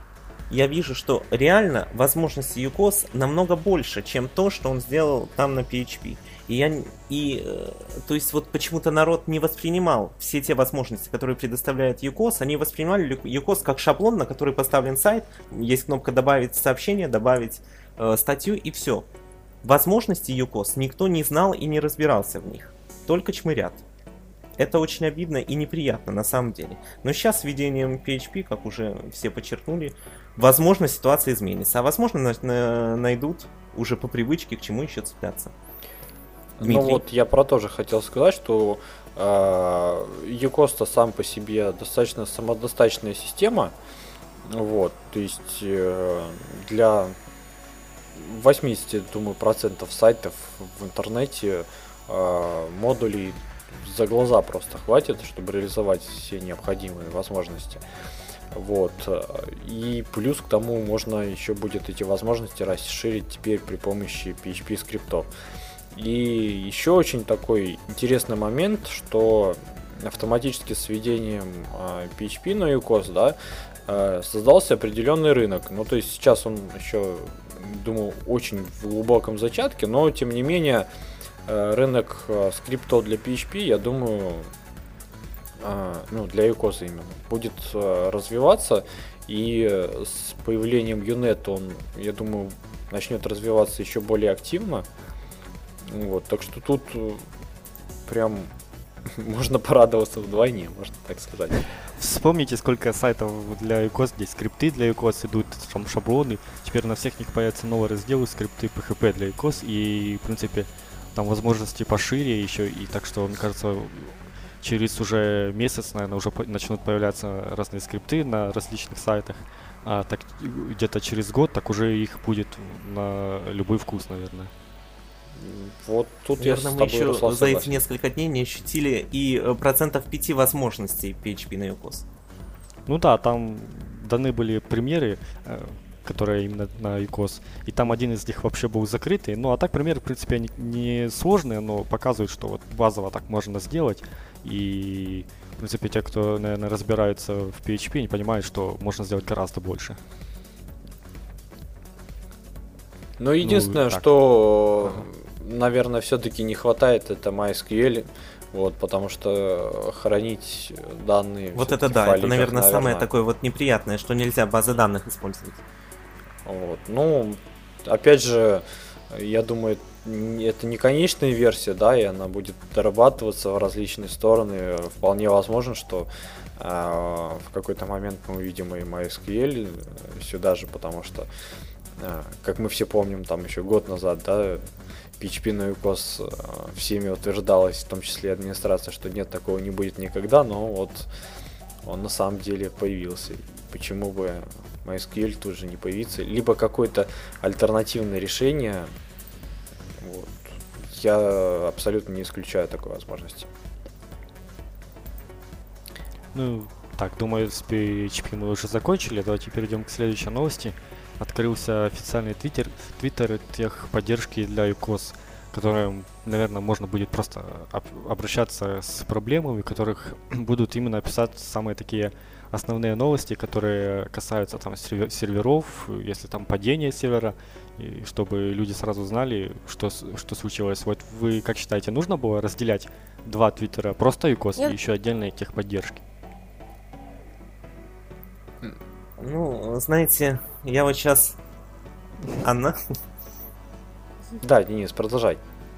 я вижу, что реально возможности юкос намного больше, чем то, что он сделал там на пи эйч пи. И я, и, э, то есть вот почему-то народ не воспринимал все те возможности, которые предоставляет юкос, они воспринимали юкос как шаблон, на который поставлен сайт, есть кнопка добавить сообщение, добавить э, статью и все. Возможности юкос никто не знал и не разбирался в них, только чмырят. Это очень обидно и неприятно на самом деле. Но сейчас с введением пи эйч пи, как уже все подчеркнули, возможно ситуация изменится, а возможно на- на- найдут уже по привычке, к чему еще цепляться. Ну вот я про то же хотел сказать, что э, юкос-то сам по себе достаточно самодостаточная система, вот, то есть э, для восемьдесят, думаю, процентов сайтов в интернете э, модулей за глаза просто хватит, чтобы реализовать все необходимые возможности. Вот. И плюс к тому можно еще будет эти возможности расширить теперь при помощи пи эйч пи скриптов. И еще очень такой интересный момент, что автоматически с введением пи эйч пи на юкос, да, создался определенный рынок. Ну, то есть сейчас он еще, думаю, очень в глубоком зачатке, но тем не менее рынок скриптов для пи эйч пи, я думаю, ну, для юкоза именно, будет развиваться, и с появлением Юнет он, я думаю, начнет развиваться еще более активно. Вот, так что тут прям можно порадоваться вдвойне, можно так сказать. Вспомните, сколько сайтов для юкос, здесь скрипты для юкос идут, там шаблоны. Теперь на всех них появятся новые разделы, скрипты пи эйч пи для юкос, и, в принципе, там возможности пошире еще, и так что, мне кажется, через уже месяц, наверное, уже по- начнут появляться разные скрипты на различных сайтах, а так где-то через год, так уже их будет на любой вкус, наверное. Вот тут Наверное, я с мы тобой, еще Руслан, за эти согласен. несколько дней не ощутили и э, процентов пяти возможностей пи эйч пи на юкос. Ну да, там даны были примеры, э, которые именно на юкос, и там один из них вообще был закрытый. Ну а так примеры, в принципе, они не сложные, но показывают, что вот базово так можно сделать. И, в принципе, те, кто, наверное, разбираются в пи эйч пи, они понимают, что можно сделать гораздо больше. Но единственное, так. что, Ага. наверное, все-таки не хватает, это MySQL, вот, потому что хранить данные... Вот всё-таки это в да, это, файликах, наверное, самое наверное. такое вот неприятное, что нельзя базы данных использовать. Вот. Ну, опять же, я думаю, н- это не конечная версия, да, и она будет дорабатываться в различные стороны. Вполне возможно, что а, в какой-то момент мы увидим и MySQL сюда же, потому что, а, как мы все помним, там еще год назад, да, пи эйч пи на юкос а, всеми утверждалось, в том числе и администрация, что нет, такого не будет никогда, но вот он на самом деле появился. Почему бы MySQL тут же не появиться? Либо какое-то альтернативное решение. Вот. Я абсолютно не исключаю такой возможности. Ну, так, думаю, с пи эйч пи мы уже закончили. Давайте перейдем к следующей новости. Открылся официальный твиттер, твиттер техподдержки для юкос, которым, наверное, можно будет просто об- обращаться с проблемами, в которых будут именно писать самые такие основные новости, которые касаются там серве- серверов, если там падение сервера, и чтобы люди сразу знали, что, с- что случилось. Вот вы как считаете, нужно было разделять два твиттера, просто юкос Нет. и еще отдельные техподдержки? Ну, знаете, я вот сейчас... Анна? Да, Денис, продолжай.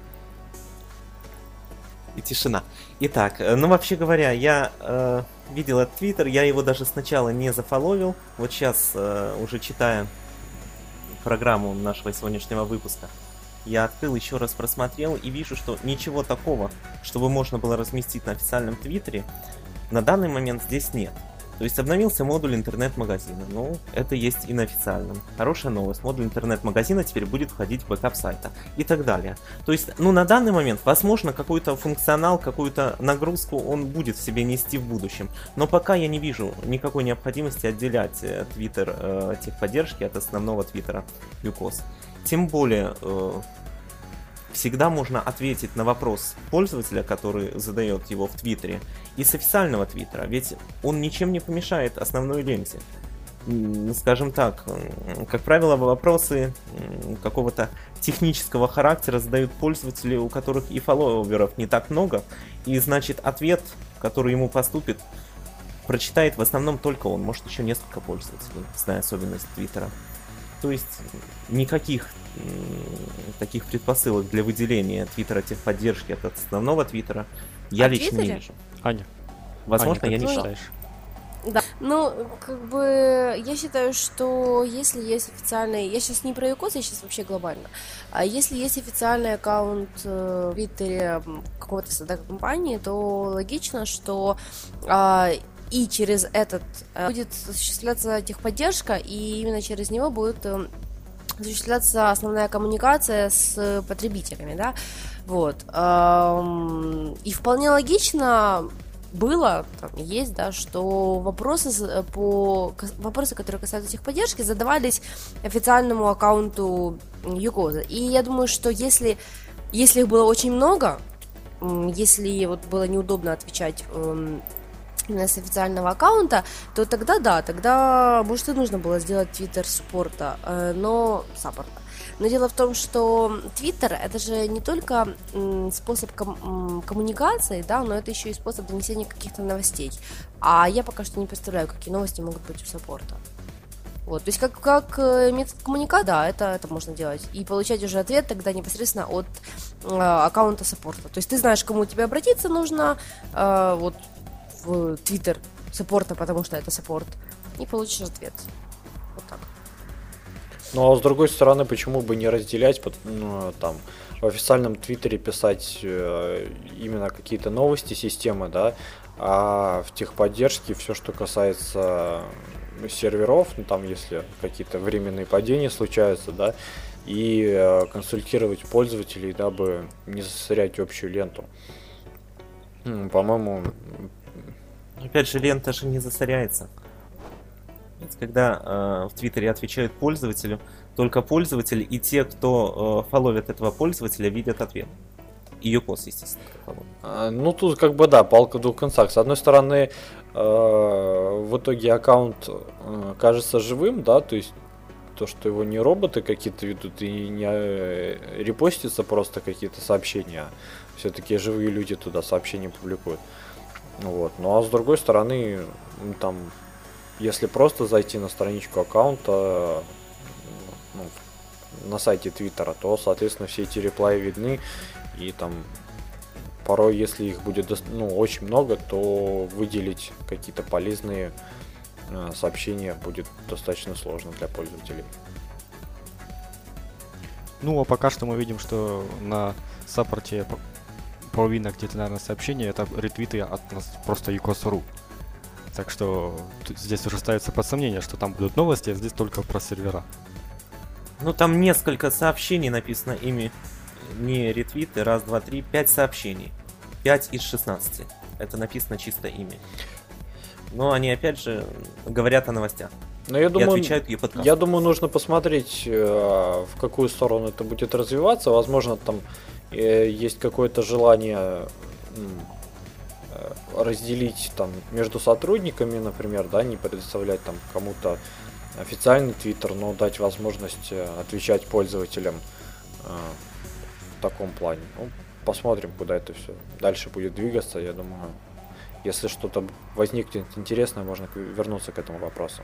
И тишина. Итак, э, ну вообще говоря, я э, видел этот твиттер, я его даже сначала не зафоловил. Вот сейчас, э, уже читая программу нашего сегодняшнего выпуска, я открыл, еще раз просмотрел и вижу, что ничего такого, чтобы можно было разместить на официальном твиттере, на данный момент здесь нет. То есть обновился модуль интернет-магазина. Ну, это есть и на официальном. Хорошая новость. Модуль интернет-магазина теперь будет входить в бэкап сайта. И так далее. То есть, ну, на данный момент, возможно, какой-то функционал, какую-то нагрузку он будет в себе нести в будущем. Но пока я не вижу никакой необходимости отделять э, твиттер э, техподдержки от основного твиттера юкос. Тем более... Э, Всегда можно ответить на вопрос пользователя, который задает его в Твиттере, и с официального Твиттера, ведь он ничем не помешает основной ленте. М, Скажем так, м, как правило, вопросы м, какого-то технического характера задают пользователи, у которых и фолловеров не так много, и значит ответ, который ему поступит, прочитает в основном только он, может еще несколько пользователей, зная особенность Твиттера. То есть никаких м, таких предпосылок для выделения Твиттера техподдержки от основного Твиттера я А в лично не Твиттере? вижу. Аня, Возможно, Аня, я как не ты знаю. считаешь? Да. Ну, как бы, я считаю, что если есть официальный... Я сейчас не про юкос, я сейчас вообще глобально. А если есть официальный аккаунт э, в Твиттере м, какого-то создателя компании, то логично, что а, и через этот э, будет осуществляться техподдержка, и именно через него будет э, осуществляться основная коммуникация с потребителями, да, вот. Ам, И вполне логично было, там есть, да, что вопросы за- по кас- вопросы, которые касаются техподдержки, задавались официальному аккаунту юкоза. И я думаю, что если, если их было очень много, м, если вот было неудобно отвечать эм, именно с официального аккаунта, то тогда да, тогда, может, и нужно было сделать Twitter саппорта, э, но саппорта. Но дело в том, что Twitter это же не только м, способ ком- м, коммуникации, да, но это еще и способ донесения каких-то новостей. А я пока что не представляю, какие новости могут быть у саппорта. Вот, то есть как, как э, метод коммуникации, да, это, это можно делать. И получать уже ответ тогда непосредственно от э, аккаунта саппорта. То есть ты знаешь, к кому тебе обратиться нужно, э, вот в Twitter саппорта, потому что это саппорт, и получишь ответ. Вот так. Ну а с другой стороны, почему бы не разделять, ну, там, в официальном твиттере писать э, именно какие-то новости системы, да, а в техподдержке все, что касается серверов, ну там, если какие-то временные падения случаются, да, и э, консультировать пользователей, дабы не засорять общую ленту. М, По-моему, Опять же, лента же не засоряется. Ведь когда э, в Твиттере отвечают пользователю, только пользователи и те, кто э, фолловит этого пользователя, видят ответ. И юкос, естественно, как фолловит. А, Ну, тут как бы да, палка в двух концах. С одной стороны, э, в итоге аккаунт э, кажется живым, да, то есть то, что его не роботы какие-то ведут и не э, репостятся просто какие-то сообщения, а все-таки живые люди туда сообщения публикуют. Вот. Ну а с другой стороны, ну, там, если просто зайти на страничку аккаунта, ну, на сайте Твиттера, то, соответственно, все эти реплаи видны. И там порой, если их будет ну, очень много, то выделить какие-то полезные э, сообщения будет достаточно сложно для пользователей. Ну, а пока что мы видим, что на саппорте п- половина где-то, наверное, сообщений это ретвиты от нас просто юкос точка ру. Так что тут- здесь уже ставится под сомнение, что там будут новости, а здесь только про сервера. Ну, там несколько сообщений написано ими, не ретвиты, раз, два, три, пять сообщений. пять из шестнадцати. Это написано чисто ими. Но они, опять же, говорят о новостях. Но я И думаю, отвечают ее подкаст. я думаю, нужно посмотреть, э, в какую сторону это будет развиваться. Возможно, там э, есть какое-то желание м, э, разделить там между сотрудниками, например, да, не предоставлять там кому-то официальный твиттер, но дать возможность э, отвечать пользователям э, в таком плане. Ну, посмотрим, куда это все дальше будет двигаться. Я думаю, если что-то возникнет интересное, можно к- вернуться к этому вопросу.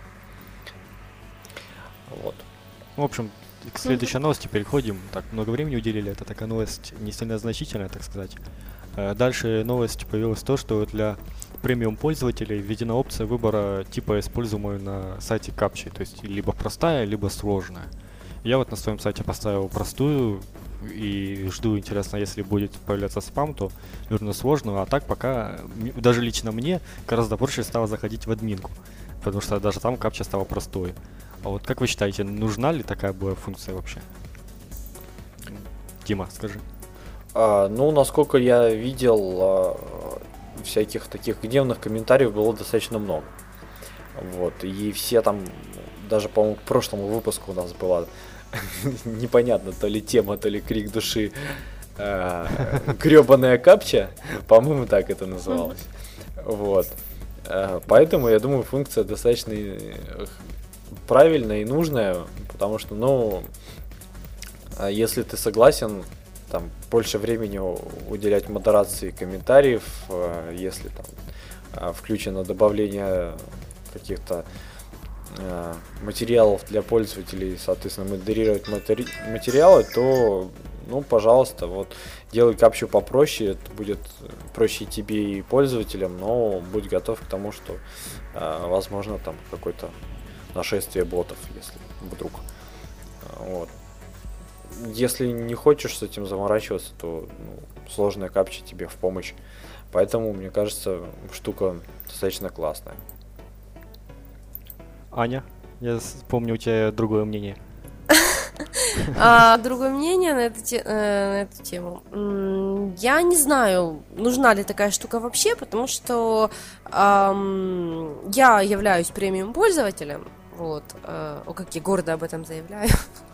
Вот. В общем, к следующей новости переходим. Так, много времени уделили, это такая новость не сильно значительная, так сказать. Э, Дальше новость появилась то, что для премиум пользователей введена опция выбора типа используемой на сайте капчи, то есть либо простая, либо сложная. Я вот на своем сайте поставил простую и жду, интересно, если будет появляться спам, то верну сложную, а так пока м- даже лично мне гораздо проще стало заходить в админку, потому что даже там капча стала простой. А вот как вы считаете, нужна ли такая была функция вообще? Дима, скажи. А, ну, насколько я видел, а, всяких таких гневных комментариев было достаточно много. Вот. И все там, даже, по-моему, к прошлому выпуску у нас была непонятно, то ли тема, то ли крик души, гребаная капча, по-моему, так это называлось. Вот. А, Поэтому, я думаю, функция достаточно э, правильная и нужная, потому что, ну, а если ты согласен, там, больше времени у- уделять модерации комментариев, э, если там э, включено добавление каких-то э, материалов для пользователей, соответственно, модерировать матери- материалы, то, ну, пожалуйста, вот, делай капчу попроще, это будет проще и тебе, и пользователям, но будь готов к тому, что, э, возможно, там какое-то нашествие ботов, если вдруг. Э, Вот. Если не хочешь с этим заморачиваться, то ну, сложная капча тебе в помощь. Поэтому, мне кажется, штука достаточно классная. Аня, я с- помню, у тебя другое мнение. А, другое мнение на эту, те- э, на эту тему. М, Я не знаю, нужна ли такая штука вообще, потому что ам, я являюсь премиум пользователем. Вот, э, о, как я гордо об этом заявляю.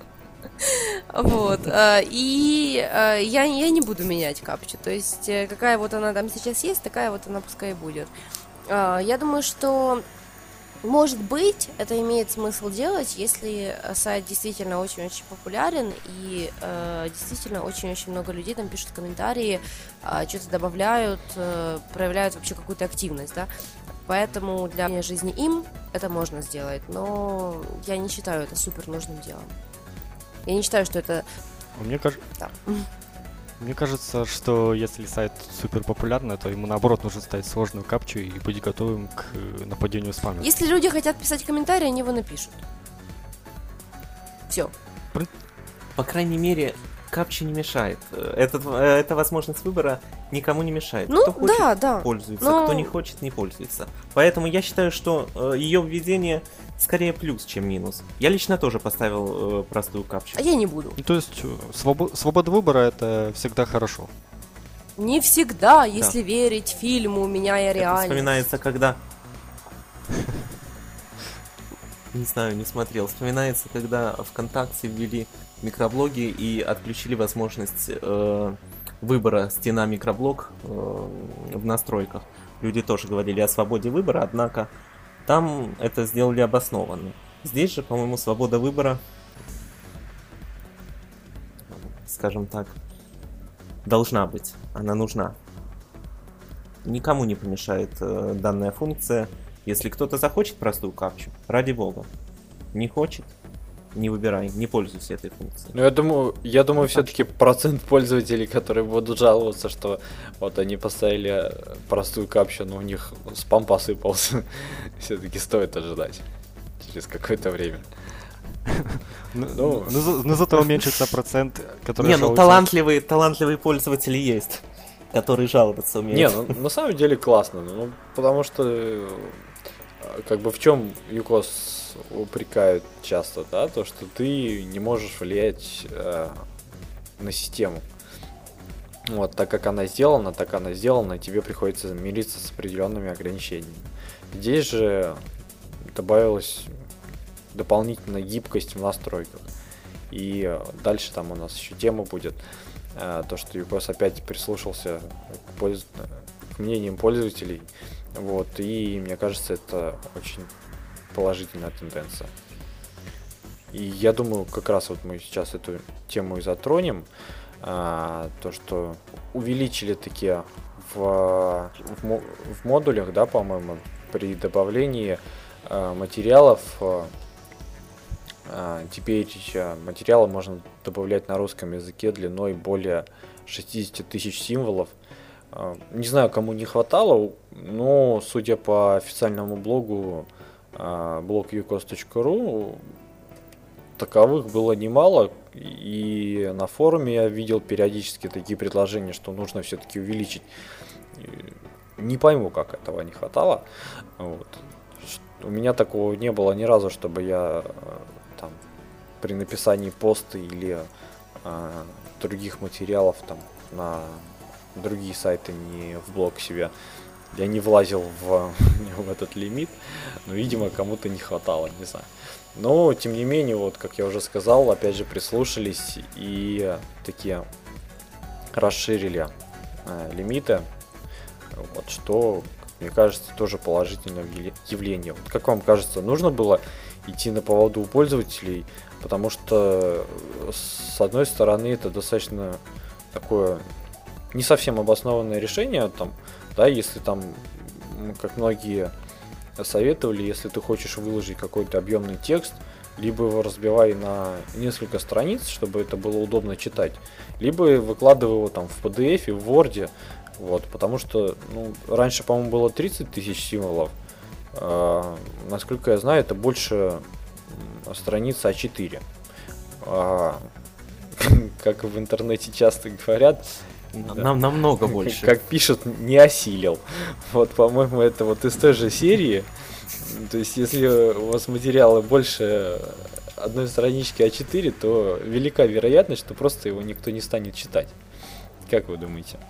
Вот, э, и э, я, я не буду менять капчу. То есть, э, какая вот она там сейчас есть, такая вот она пускай и будет. А, Я думаю, что, может быть, это имеет смысл делать, если э, сайт действительно очень-очень популярен и э, действительно очень-очень много людей там пишут комментарии, а, что-то добавляют, э, проявляют вообще какую-то активность, да. Поэтому для жизни им это можно сделать, но я не считаю это супер нужным делом. Я не считаю, что это... Мне, каж... Да. Мне кажется, что если сайт супер популярный, то ему наоборот нужно ставить сложную капчу и быть готовым к э, нападению спамера. Если люди хотят писать комментарии, они его напишут. Все. По крайней мере, капча не мешает. Этот, э, эта возможность выбора никому не мешает. Ну, кто хочет, да, да. пользуется, Но- кто не хочет, не пользуется. Поэтому я считаю, что э, ее введение скорее плюс, чем минус. Я лично тоже поставил э, простую капчу. А я не буду. Ну, то есть э, свобо- свобода выбора это всегда хорошо. Не всегда, если верить фильму «Меняя Это реальность». вспоминается, когда... Не знаю, не смотрел. Вспоминается, когда ВКонтакте ввели микроблоги и отключили возможность э, выбора стена микроблог э, в настройках. Люди тоже говорили о свободе выбора, однако там это сделали обоснованно. Здесь же, по-моему, свобода выбора, скажем так, должна быть. Она нужна. Никому не помешает э, данная функция. Если кто-то захочет простую капчу, ради бога. Не хочет, не выбирай, не пользуйся этой функцией. Ну, я думаю, я думаю, Ну, все-таки процент пользователей, которые будут жаловаться, что вот они поставили простую капчу, но у них спам посыпался, все-таки стоит ожидать через какое-то время. Ну, Ну. ну, за- ну, зато уменьшится процент, который Не, ну жалуется. талантливые, талантливые пользователи есть, которые жаловаться умеют. Не, ну на самом деле классно, ну потому что э, как бы в чем ЮКОС упрекают часто, да, то что ты не можешь влиять э, на систему. Вот, так как она сделана, так она сделана, и тебе приходится мириться с определенными ограничениями. Здесь же добавилась дополнительная гибкость в настройках. И э, дальше там у нас еще тема будет, э, то, что ЮКОС опять прислушался к, польз- к мнениям пользователей. Вот, и мне кажется, это очень положительная тенденция. И я думаю, как раз вот мы сейчас эту тему и затронем. А, то, что увеличили такие в, в, мо- в модулях, да, по-моему, при добавлении а, материалов. а, теперь а, материалы можно добавлять на русском языке длиной более шестьдесят тысяч символов. А, не знаю, кому не хватало, но судя по официальному блогу а, блог юкос точка ру, таковых было немало, и на форуме я видел периодически такие предложения, что нужно все-таки увеличить. Не пойму, как этого не хватало. Вот. У меня такого не было ни разу, чтобы я там при написании поста или а, других материалов там на другие сайты, не в блог себе, я не влазил в, в этот лимит, но, видимо, кому-то не хватало, не знаю. Но, тем не менее, вот, как я уже сказал, опять же прислушались и такие расширили э, лимиты, вот, что, мне кажется, тоже положительное явление. Вот, как вам кажется, нужно было идти на поводу у пользователей, потому что, с одной стороны, это достаточно такое не совсем обоснованное решение, там, да, если там, как многие советовали, если ты хочешь выложить какой-то объемный текст, либо его разбивай на несколько страниц, чтобы это было удобно читать, либо выкладывай его там в пи ди эф, в Word, вот, потому что, ну, раньше, по-моему, было тридцать тысяч символов, а, насколько я знаю, это больше страниц а четыре. А, как в интернете часто говорят, Нам намного больше. как пишут, не осилил. Вот, по-моему, это вот из той же серии. То есть, если у вас материалы больше одной странички а четыре, то велика вероятность, что просто его никто не станет читать. Как вы думаете?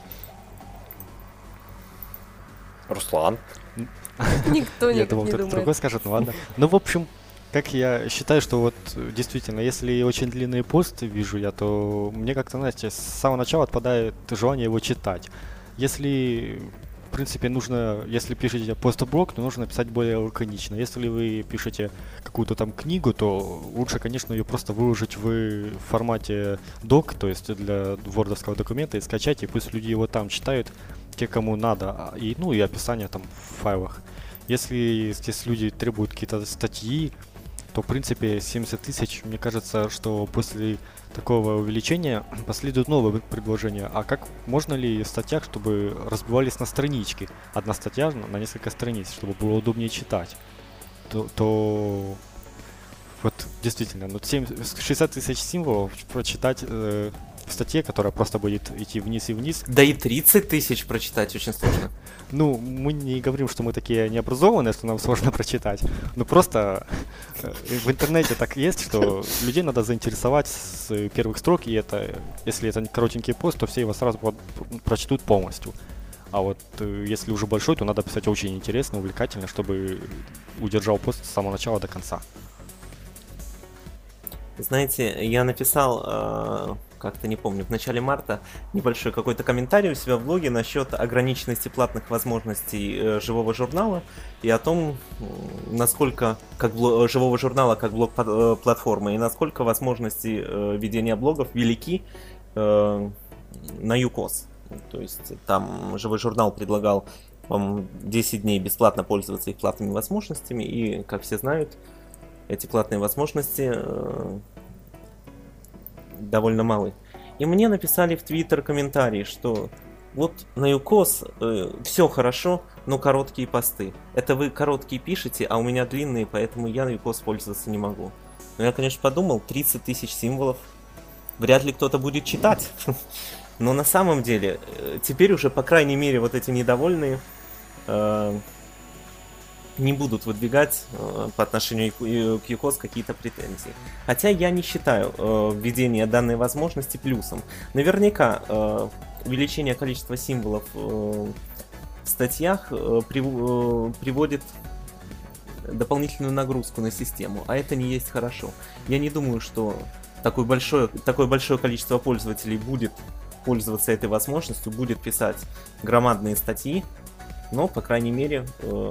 Руслан? Никто Я никак думал, не кто-то думает. другой скажет, ну ладно. Ну, в общем, как я считаю, что вот э, действительно, если очень длинные посты вижу я, то мне как-то, знаете, с самого начала отпадает желание его читать. Если принципе, нужно, если пишете пост-блог, то нужно писать более лаконично. Если вы пишете какую-то там книгу, то лучше, конечно, ее просто выложить в формате док, то есть для вордовского документа, и скачать, и пусть люди его там читают, те, кому надо, и, ну, и описание там в файлах. Если здесь люди требуют какие-то статьи, то, в принципе, семьдесят тысяч, мне кажется, что после такого увеличения последуют новые предложения. А как можно ли в статьях, чтобы разбивались на странички? Одна статья на несколько страниц, чтобы было удобнее читать. То, то вот действительно, ну шестьдесят тысяч символов прочитать э, в статье, которая просто будет идти вниз и вниз. Да и тридцать тысяч прочитать очень сложно. Ну, мы не говорим, что мы такие необразованные, что нам сложно прочитать. Ну, просто в интернете так есть, что людей надо заинтересовать с первых строк, и это, если это коротенький пост, то все его сразу прочтут полностью. А вот если уже большой, то надо писать очень интересно, увлекательно, чтобы удержал пост с самого начала до конца. Знаете, я написал, э, как-то не помню, в начале марта небольшой какой-то комментарий у себя в блоге насчет ограниченности платных возможностей э, живого журнала и о том, насколько как бло- живого журнала как блог-платформы и насколько возможности э, ведения блогов велики э, на ЮКОС. То есть там живой журнал предлагал вам десять дней бесплатно пользоваться их платными возможностями, и, как все знают, эти платные возможности э, довольно малы. И мне написали в Твиттер комментарий, что вот на ЮКОС э, все хорошо, но короткие посты. Это вы короткие пишете, а у меня длинные, поэтому я на ЮКОС пользоваться не могу. Но я, конечно, подумал, тридцать тысяч символов. Вряд ли кто-то будет читать. Но на самом деле, теперь уже, по крайней мере, вот эти недовольные э, не будут выдвигать э, по отношению к ЮКОС какие-то претензии. Хотя я не считаю э, введение данной возможности плюсом. Наверняка э, увеличение количества символов э, в статьях э, при, э, приводит дополнительную нагрузку на систему, а это не есть хорошо. Я не думаю, что такое большое, такое большое количество пользователей будет пользоваться этой возможностью, будет писать громадные статьи, но, по крайней мере, э,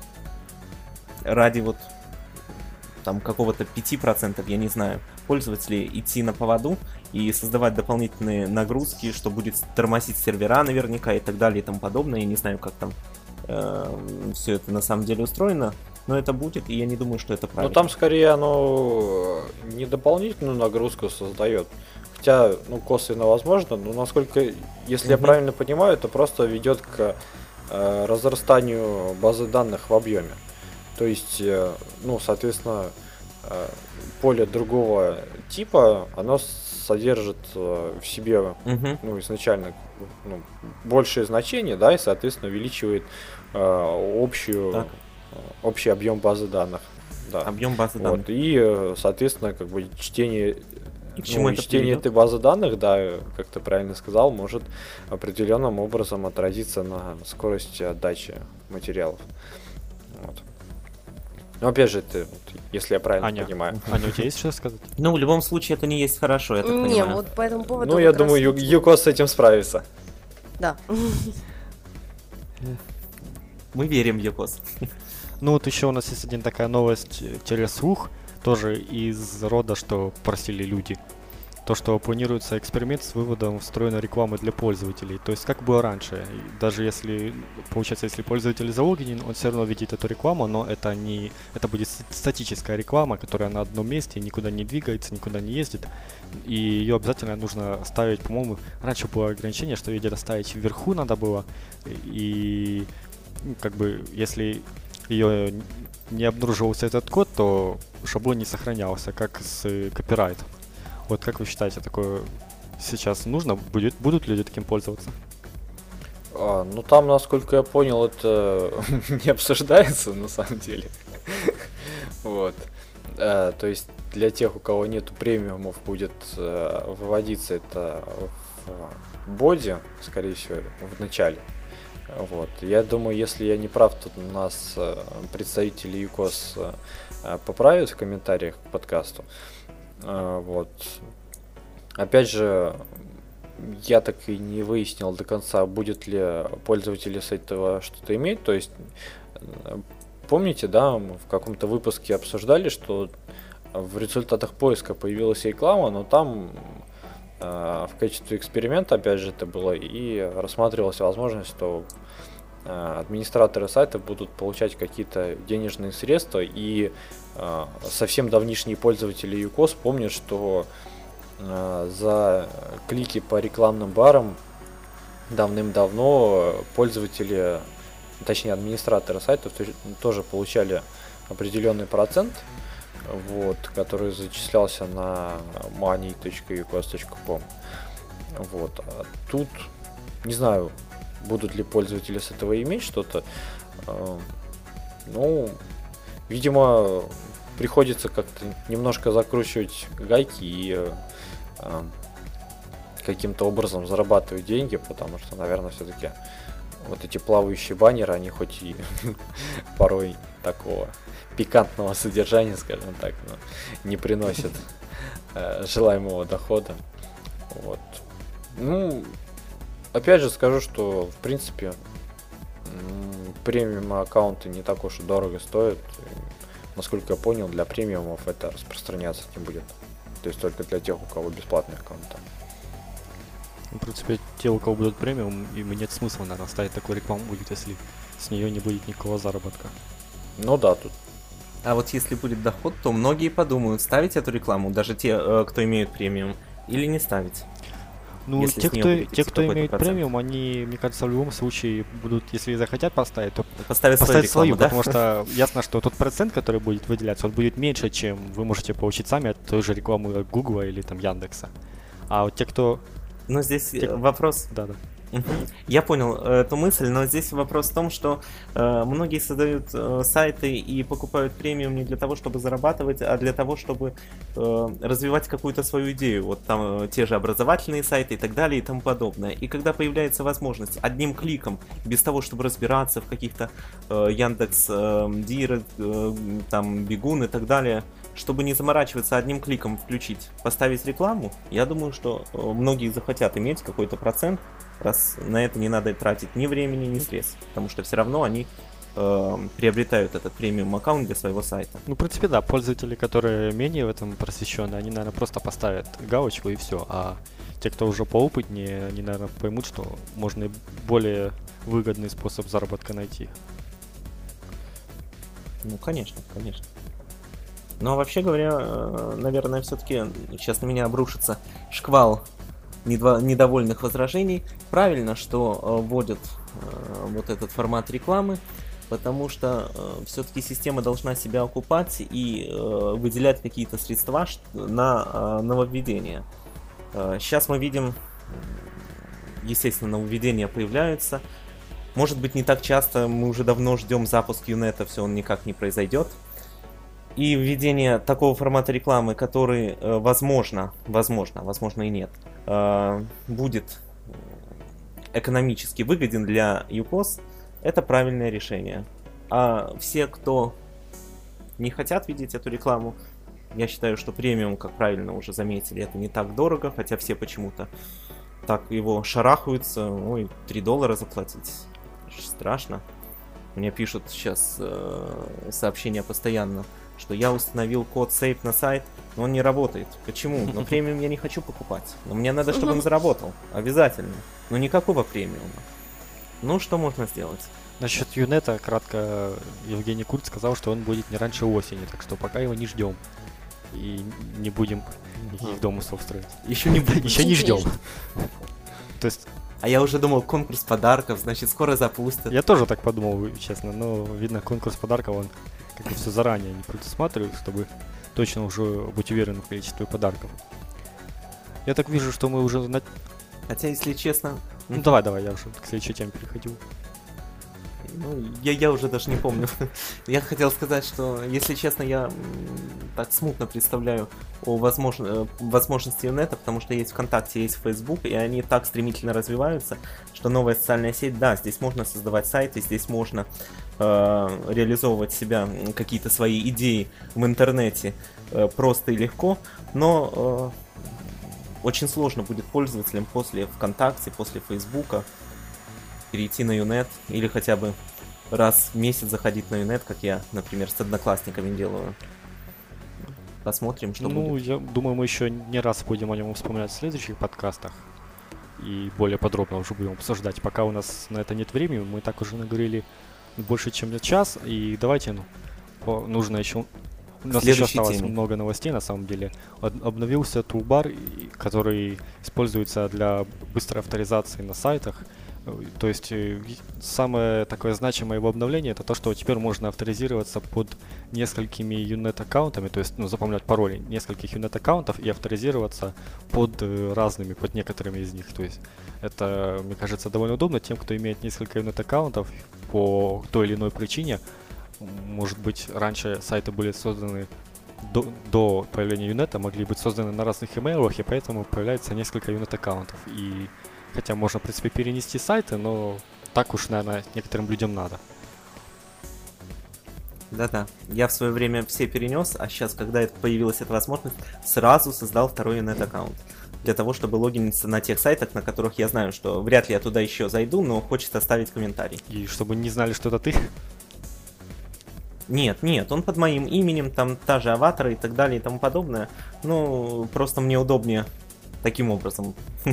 ради вот там какого-то пяти процентов, я не знаю, пользователей идти на поводу и создавать дополнительные нагрузки, что будет тормозить сервера наверняка и так далее и тому подобное. Я не знаю, как там э, все это на самом деле устроено, но это будет, и я не думаю, что это правильно. Ну там скорее оно не дополнительную нагрузку создает. Хотя, ну, косвенно возможно, но насколько, если mm-hmm. я правильно понимаю, это просто ведет к э, разрастанию базы данных в объеме. То есть, э, ну, соответственно, э, поле другого типа, оно содержит э, в себе, mm-hmm. ну, изначально ну, большее значение, да, и, соответственно, увеличивает э, общую, э, общий объем базы данных. Да. Объем базы вот. данных. И, соответственно, как бы чтение... И к чему ну, это чтение приведет? этой базы данных, да, как ты правильно сказал, может определенным образом отразиться на скорости отдачи материалов. Вот. Но опять же, ты, если я правильно Аня, понимаю. Аня, у тебя есть что сказать? Ну, в любом случае, это не есть хорошо, я так Не, понимаю. вот по этому поводу... Ну, вот я как раз думаю, таки- ЮКОС с этим справится. Да. Мы верим в ЮКОС. Ну вот еще у нас есть один такая новость, слух, тоже из рода, что просили люди. То, что планируется эксперимент с выводом встроенной рекламы для пользователей. То есть как было раньше. И даже если, получается, если пользователь залогинен, он все равно видит эту рекламу, но это не, это будет статическая реклама, которая на одном месте, никуда не двигается, никуда не ездит. И ее обязательно нужно ставить, по-моему, раньше было ограничение, что ее где-то ставить вверху надо было. И ну, как бы, если ее не обнаруживался этот код, то шаблон не сохранялся, как с копирайтом. Вот как вы считаете, такое сейчас нужно? Будет, будут люди таким пользоваться? А, ну там, насколько я понял, это не обсуждается на самом деле. Вот. А, то есть для тех, у кого нету премиумов, будет а, выводиться это в боди, скорее всего, в начале. Вот. Я думаю, если я не прав, то у нас а, представители ЮКОС а, поправят в комментариях к подкасту. А, вот. Опять же, я так и не выяснил до конца, будет ли пользователи с этого что-то иметь. То есть, помните, да, мы в каком-то выпуске обсуждали, что в результатах поиска появилась реклама, но там э, в качестве эксперимента, опять же, это было, и рассматривалась возможность, что э, администраторы сайтов будут получать какие-то денежные средства, и э, совсем давнишние пользователи ЮКОС помнят, что э, за клики по рекламным барам давным-давно пользователи, точнее администраторы сайтов тоже получали определенный процент, вот, который зачислялся на money точка юкос точка ком. Вот. А тут не знаю, будут ли пользователи с этого иметь что-то. Ну, видимо, приходится как-то немножко закручивать гайки и каким-то образом зарабатывать деньги, потому что, наверное, все-таки вот эти плавающие баннеры, они хоть и порой такого пикантного содержания, скажем так, но не приносят э, желаемого дохода. Вот. Ну, опять же скажу, что в принципе м- премиум аккаунты не так уж и дорого стоят. И, насколько я понял, для премиумов это распространяться не будет. То есть только для тех, у кого бесплатные аккаунты. В принципе, те, у кого будут премиум, им нет смысла, наверное, ставить такую рекламу будет, если с нее не будет никакого заработка. Ну да, тут. А вот если будет доход, то многие подумают, ставить эту рекламу, даже те, кто имеют премиум, или не ставить. Ну, Если те, с неё кто, будет те, идти кто какой-то имеет процент. премиум, они, мне кажется, в любом случае будут, если захотят поставить, то Поставить, поставить свою, свою, рекламу, потому что ясно, что тот процент, который будет выделяться, он будет меньше, чем вы можете получить сами от той же рекламы Гугла или там Яндекса. А вот те, кто... да? Но здесь Те- вопрос... Да-да. Мгм. Я понял э, эту мысль, но здесь вопрос в том, что э, многие создают э, сайты и покупают премиум не для того, чтобы зарабатывать, а для того, чтобы э, развивать какую-то свою идею. Вот там э, те же образовательные сайты и так далее и тому подобное. И когда появляется возможность одним кликом, без того, чтобы разбираться в каких-то э, Яндекс, э, Дир, э, там Бегун и так далее, чтобы не заморачиваться, одним кликом включить, поставить рекламу, я думаю, что э, многие захотят иметь какой-то процент, раз на это не надо тратить ни времени, ни средств, потому что все равно они э, приобретают этот премиум аккаунт для своего сайта. Ну, в принципе, да, пользователи, которые менее в этом просвещены, они, наверное, просто поставят галочку и все. А те, кто уже поопытнее, они, наверное, поймут, что можно и более выгодный способ заработка найти. Ну, конечно, конечно. Но вообще говоря, э, наверное, все-таки сейчас на меня обрушится шквал недво- недовольных возражений. Правильно, что э, вводят э, вот этот формат рекламы, потому что э, все-таки система должна себя окупать и э, выделять какие-то средства ш- на э, нововведения. Э, сейчас мы видим, естественно, нововведения появляются. Может быть, не так часто, мы уже давно ждем запуск Юнета, все он никак не произойдет. И введение такого формата рекламы, который, э, возможно, возможно, возможно и нет, э, будет экономически выгоден для ЮКОС, это правильное решение. А все, кто не хотят видеть эту рекламу, я считаю, что премиум, как правильно уже заметили, это не так дорого, хотя все почему-то так его шарахаются. Ой, три доллара заплатить, страшно. Мне пишут сейчас э, сообщения постоянно, что я установил код Save на сайт, но он не работает. Почему? Но премиум я не хочу покупать. Но мне надо, чтобы он заработал. Обязательно. Но никакого премиума. Ну, что можно сделать? Насчет Юнета, кратко, Евгений Курт сказал, что он будет не раньше осени, так что пока его не ждем. И не будем никаких домыслов строить. Еще не будет. Еще не ждем. То есть, А я уже думал, конкурс подарков, значит, скоро запустят. я тоже так подумал, честно, но видно, конкурс подарков, он как-то все заранее не предусматривает, чтобы точно уже быть уверенным в количестве подарков. Я так вижу, что мы уже... На... Хотя, если честно... Ну давай, давай, я уже к следующей теме переходил. Ну, я, я уже даже не помню. Я хотел сказать, что, если честно, я м, так смутно представляю о возможно, э, возможности Юнета, потому что есть ВКонтакте, есть Facebook, и они так стремительно развиваются, что новая социальная сеть, да, здесь можно создавать сайты, здесь можно э, реализовывать себя, м, какие-то свои идеи в интернете э, просто и легко, но... Э, очень сложно будет пользователям после ВКонтакте, после Фейсбука перейти на Юнет или хотя бы раз в месяц заходить на Юнет, как я, например, с одноклассниками делаю. Посмотрим, что ну, будет. я думаю, мы еще не раз будем о нем вспоминать в следующих подкастах. И более подробно уже будем обсуждать. Пока у нас на это нет времени, мы так уже наговорили больше, чем на час. И давайте, ну, по- нужно еще... У нас еще Следующей осталось теме. много новостей, на самом деле. Об- Обновился тулбар, и- который используется для быстрой авторизации на сайтах. Э, То есть э, и самое такое значимое его обновление — это то, что теперь можно авторизироваться под несколькими Юнет-аккаунтами, то есть, ну, запоминать пароли нескольких Юнет-аккаунтов и авторизироваться под э, разными, под некоторыми из них. То есть это, мне кажется, довольно удобно тем, кто имеет несколько Юнет-аккаунтов по той или иной причине. Может быть, раньше сайты были созданы до, до появления Юнета, могли быть созданы на разных имейлах, и поэтому появляется несколько Юнет-аккаунтов. И хотя можно, в принципе, перенести сайты, но так уж, наверное, некоторым людям надо. Да-да, я в свое время все перенес, а сейчас, когда это появилась эта возможность, сразу создал второй Юнет-аккаунт. Для того, чтобы логиниться на тех сайтах, на которых я знаю, что вряд ли я туда еще зайду, но хочется оставить комментарий. И чтобы не знали, что это ты. Нет, нет, он под моим именем, там та же аватара и так далее и тому подобное. Ну, просто мне удобнее таким образом.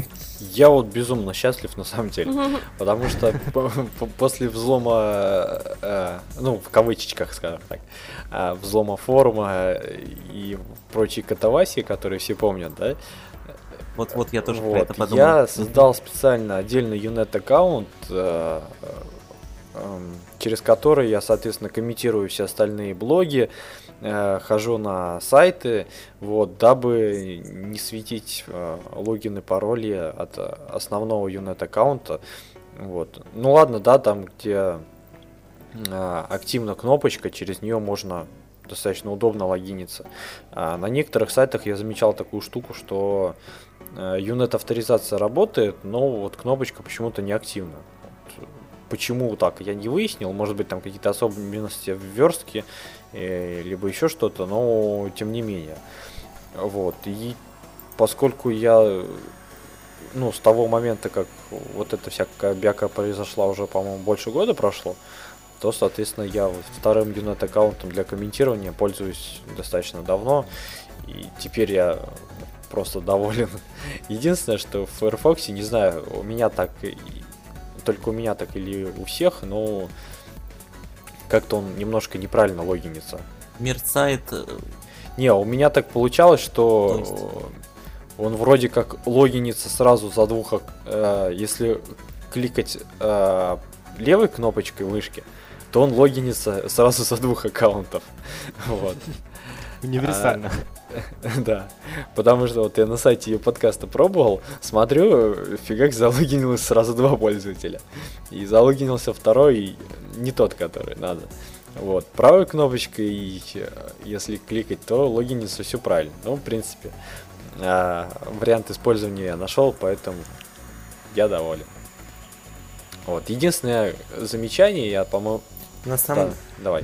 Я вот безумно счастлив на самом деле, потому что по- по- после взлома, э, ну, в кавычечках, скажем так, э, взлома форума и прочей катавасии, которые все помнят, да, Вот-вот я тоже про вот, это подумал. я создал специально отдельный Юнет-аккаунт, э, эм, через который я, соответственно, комментирую все остальные блоги, э, хожу на сайты, вот, дабы не светить э, логины, пароли от э, основного Юнет-аккаунта. Вот. Ну ладно, да, там, где э, активна кнопочка, через нее можно достаточно удобно логиниться. А на некоторых сайтах я замечал такую штуку, что э, Юнет-авторизация работает, но вот кнопочка почему-то не активна. Вот. Почему так, я не выяснил. Может быть, там какие-то особенности в верстке, э, либо еще что-то, но тем не менее. Вот. И поскольку я, ну, с того момента, как вот эта всякая бяка произошла, уже, по-моему, больше года прошло, то, соответственно, я вот вторым Юнет-аккаунтом для комментирования пользуюсь достаточно давно. И теперь я просто доволен. Единственное, что в Firefox, не знаю, у меня так, только у меня так или у всех, но как-то он немножко неправильно логинится. Мерцает. Не, у меня так получалось, что То есть? он вроде как логинится сразу за двух, э, если кликать э, левой кнопочкой мышки, то он логинится сразу за двух аккаунтов. Вот. Универсально. Да, потому что вот я на сайте ее подкаста пробовал, смотрю, фигак залогинилось сразу два пользователя. И залогинился второй, не тот, который надо. Вот, правой кнопочкой, если кликать, то логинится все правильно. Ну, в принципе, вариант использования я нашел, поэтому я доволен. Вот, единственное замечание, я, по-моему... На самом... Да, давай.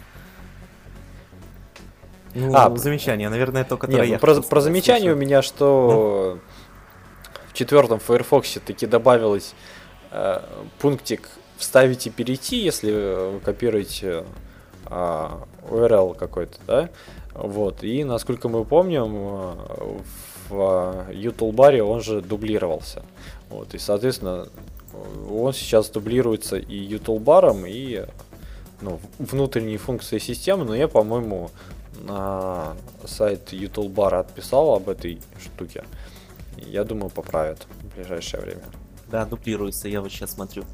Ну, А, замечание, наверное, то, которое Нет, я ну, про, хотел про сказать, замечание у слушаю. меня, что в четвертом Firefox таки добавилось э, пунктик «Вставить и перейти», если вы копируете э, ю ар эл какой-то, да? Вот, и, насколько мы помним, э, в ютулбаре он же дублировался. Вот, и, соответственно, он сейчас дублируется и ютулбаром, и, ну, внутренние функции системы, но я, по-моему, на сайт ютулбара отписал об этой штуке. Я думаю, поправят в ближайшее время. Да, дублируется, я вот сейчас смотрю.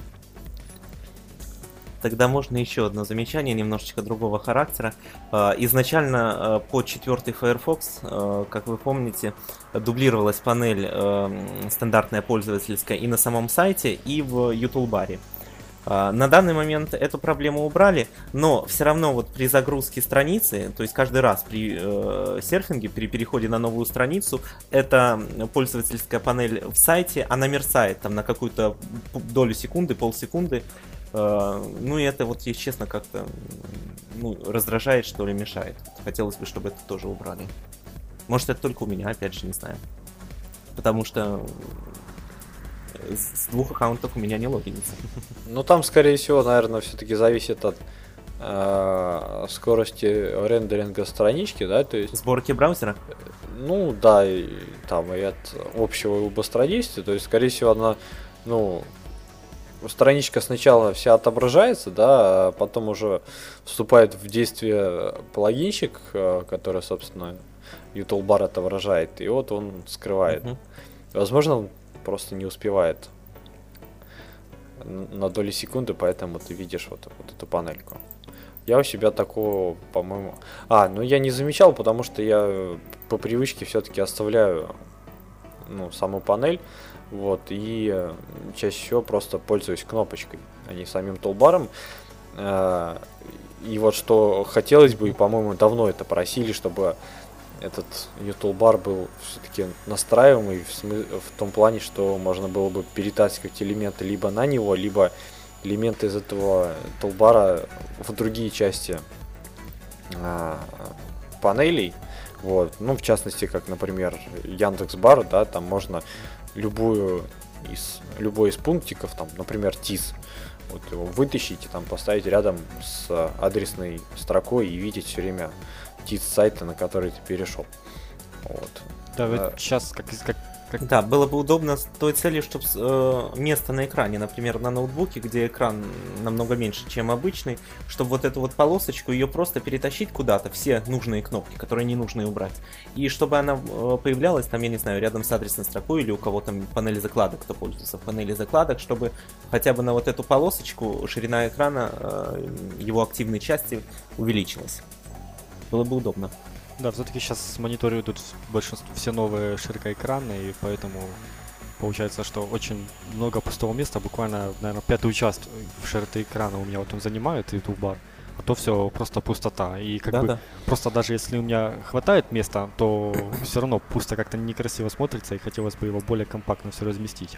Тогда можно еще одно замечание, немножечко другого характера. Изначально под четвертый Firefox, как вы помните, дублировалась панель стандартная пользовательская и на самом сайте, и в ютулбаре. На данный момент эту проблему убрали, но все равно вот при загрузке страницы, то есть каждый раз при э, серфинге, при переходе на новую страницу, эта пользовательская панель в сайте, она мерцает там на какую-то долю секунды, полсекунды. Э, ну и это вот, если честно, как-то ну, раздражает, что ли, мешает. Хотелось бы, чтобы это тоже убрали. Может, это только у меня, опять же, не знаю. потому что с двух аккаунтов у меня не логинится. Ну там, скорее всего, наверное, все-таки зависит от э, скорости рендеринга странички, да, то есть... Сборки браузера? Ну да, и там и от общего быстродействия, то есть, скорее всего, она, ну, страничка сначала вся отображается, да, а потом уже вступает в действие плагинчик, который, собственно, uToolbar отображает, и вот он скрывает. Uh-huh. Возможно, он просто не успевает на доли секунды, поэтому ты видишь вот, вот эту панельку. Я у себя такого, по-моему... А, ну я не замечал, потому что я по привычке все-таки оставляю, ну, саму панель, вот, и чаще всего просто пользуюсь кнопочкой, а не самим тулбаром. И вот что хотелось бы, и, по-моему, давно это просили, чтобы этот uToolbar был все-таки настраиваемый в, смы- в том плане, что можно было бы перетаскивать элементы либо на него, либо элементы из этого тулбара в другие части а, панелей. Вот. Ну, в частности, как, например, Яндекс.Бар, да, там можно любую из, любой из пунктиков, там, например, тиз, вот его вытащить и там поставить рядом с адресной строкой и видеть все время тиз сайта, на который ты перешел. Вот. Да, вот а, сейчас как, как, как... Да, было бы удобно с той целью, чтобы э, место на экране, например, на ноутбуке, где экран намного меньше, чем обычный, чтобы вот эту вот полосочку, ее просто перетащить куда-то, все нужные кнопки, которые не нужны, убрать. И чтобы она э, появлялась там, я не знаю, рядом с адресной строкой или у кого там панель закладок, кто пользуется в панели закладок, чтобы хотя бы на вот эту полосочку ширина экрана, э, его активной части увеличилась. Было бы удобно. Да, все-таки сейчас с монитора идут большинство, все новые широкоэкранные, и поэтому получается, что очень много пустого места, буквально, наверное, пятый участок в широте экрана у меня вот он занимает, и тулбар, а то все просто пустота. И как да, бы да. просто даже если у меня хватает места, то все равно пусто как-то некрасиво смотрится, и хотелось бы его более компактно все разместить.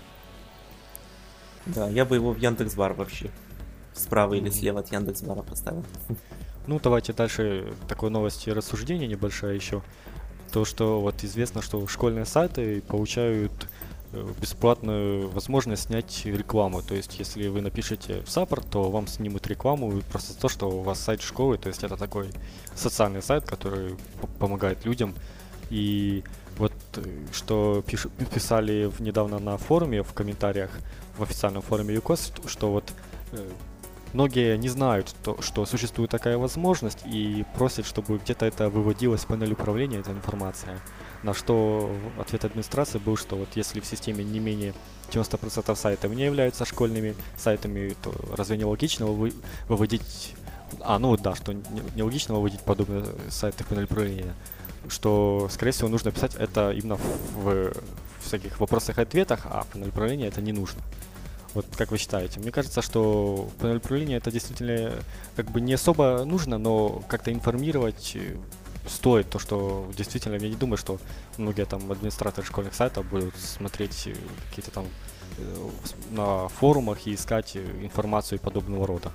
Да, я бы его в Яндекс.Бар вообще справа mm-hmm. или слева от Яндекс.Бара поставил. Ну, давайте дальше такой новости рассуждения небольшая еще. То, что вот известно, что школьные сайты получают бесплатную возможность снять рекламу. То есть, если вы напишете в саппорт, то вам снимут рекламу просто за то, что у вас сайт школы. То есть, это такой социальный сайт, который п- помогает людям. И вот что пиш- писали недавно на форуме, в комментариях, в официальном форуме ЮКОС, что вот многие не знают, то, что существует такая возможность, и просят, чтобы где-то это выводилось в панель управления, эта информация. На что ответ администрации был, что вот если в системе не менее девяносто процентов сайтов не являются школьными сайтами, то разве не логично вы, выводить... А, ну да, что нелогично не выводить подобные сайты в панель управления. Что, скорее всего, нужно писать это именно в, в всяких вопросах и ответах, а в панель управления это не нужно. Вот как вы считаете? Мне кажется, что панель управления это действительно как бы не особо нужно, но как-то информировать стоит. То, что действительно, я не думаю, что многие там администраторы школьных сайтов будут смотреть какие-то там на форумах и искать информацию подобного рода.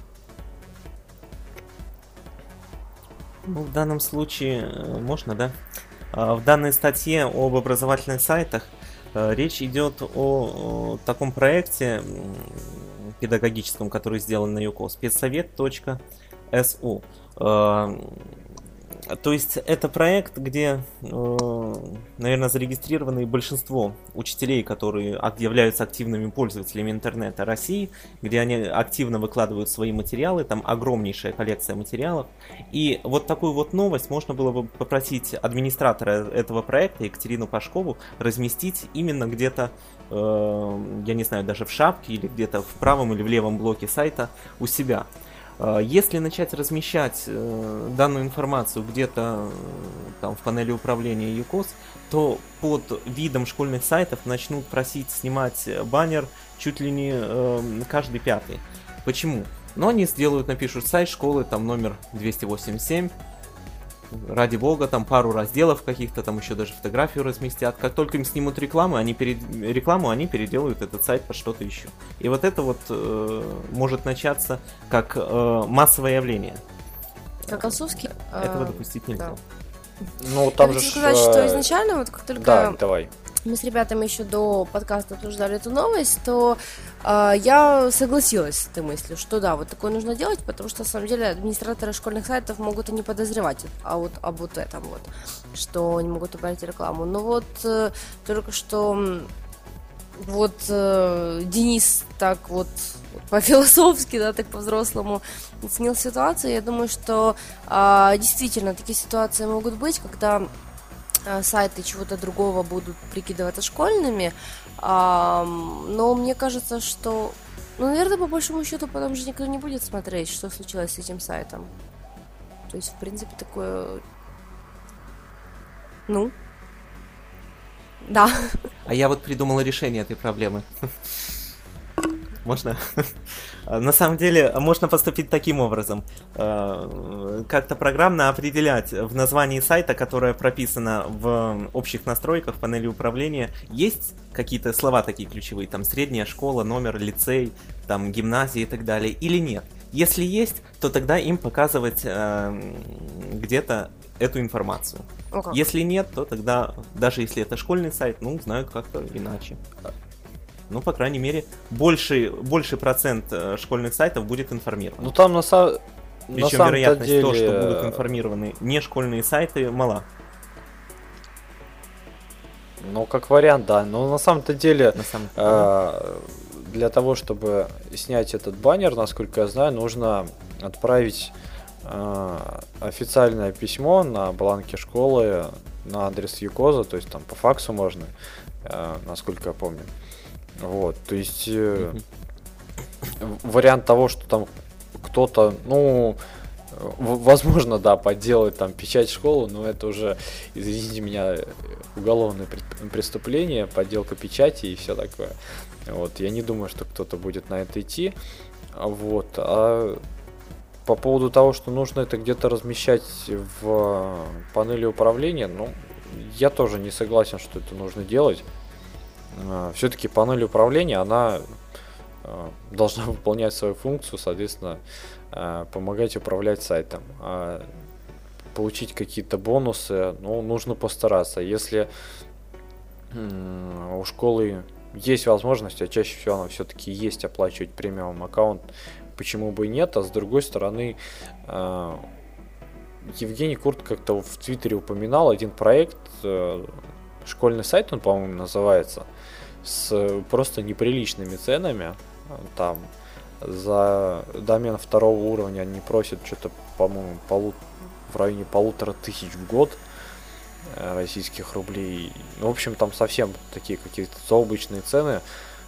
Ну, в данном случае можно, да? В данной статье об образовательных сайтах речь идет о, о таком проекте педагогическом, который сделан на ЮКОС, спецсовет точка эс у. То есть это проект, где, наверное, зарегистрированы большинство учителей, которые являются активными пользователями интернета России, где они активно выкладывают свои материалы, там огромнейшая коллекция материалов. И вот такую вот новость можно было бы попросить администратора этого проекта, Екатерину Пашкову, разместить именно где-то, я не знаю, даже в шапке или где-то в правом или в левом блоке сайта у себя. Если начать размещать э, данную информацию где-то э, там в панели управления ЮКОС, то под видом школьных сайтов начнут просить снимать баннер чуть ли не э, каждый пятый. Почему? Но они сделают, напишут сайт школы, там номер двести восемьдесят семь, ради бога, там пару разделов каких-то, там еще даже фотографию разместят. Как только им снимут рекламу, они, перед... рекламу, они переделают этот сайт под что-то еще. И вот это вот э, может начаться как э, массовое явление. Как Осовский? Этого допустить нельзя. Да. Ну, там Я же хочу сказать, ш... что изначально, вот как только да, давай. мы с ребятами еще до подкаста обсуждали эту новость, то э, я согласилась с этой мыслью, что да, вот такое нужно делать, потому что на самом деле администраторы школьных сайтов могут и не подозревать а вот, об вот этом вот, что они могут убрать рекламу. Но вот э, только что вот э, Денис так вот по-философски, да, так по-взрослому оценил ситуацию. Я думаю, что э, действительно такие ситуации могут быть, когда сайты чего-то другого будут прикидываться школьными, а, но мне кажется, что, ну, наверное, по большому счету потом же никто не будет смотреть, что случилось с этим сайтом. То есть, в принципе, такое, ну, да. А я вот придумала решение этой проблемы. Можно? На самом деле, можно поступить таким образом. Как-то программно определять в названии сайта, которое прописано в общих настройках панели управления, есть какие-то слова такие ключевые, там средняя школа, номер, лицей, там гимназия и так далее, или нет. Если есть, то тогда им показывать э, где-то эту информацию. Okay. Если нет, то тогда, даже если это школьный сайт, ну, знают как-то иначе. Ну, по крайней мере, больший, больший процент э, школьных сайтов будет информирован. Ну, там на, са... на Причем самом вероятность деле... того, что будут информированы не школьные сайты, мала. Ну, как вариант, да. Но на самом-то деле, на самом... э, для того, чтобы снять этот баннер, насколько я знаю, нужно отправить э, официальное письмо на бланке школы на адрес ЮКОЗа, то есть там по факсу можно, э, насколько я помню. Вот, то есть э, mm-hmm. вариант того, что там кто-то, ну, в- возможно, да, подделает там печать школы, но это уже, извините меня, уголовное преступление, подделка печати и все такое. Вот, я не думаю, что кто-то будет на это идти. Вот, а по поводу того, что нужно это где-то размещать в панели управления, ну, я тоже не согласен, что это нужно делать. Все-таки панель управления, она должна выполнять свою функцию, соответственно, помогать управлять сайтом. А получить какие-то бонусы, ну, нужно постараться. Если у школы есть возможность, а чаще всего она все-таки есть, оплачивать премиум аккаунт, почему бы и нет, а с другой стороны, Евгений Курт как-то в Твиттере упоминал один проект, школьный сайт он, по-моему, называется, с просто неприличными ценами. Там за домен второго уровня они просят что-то, по-моему, полу... в районе полутора тысяч в год российских рублей. В общем, там совсем такие какие-то заоблачные цены.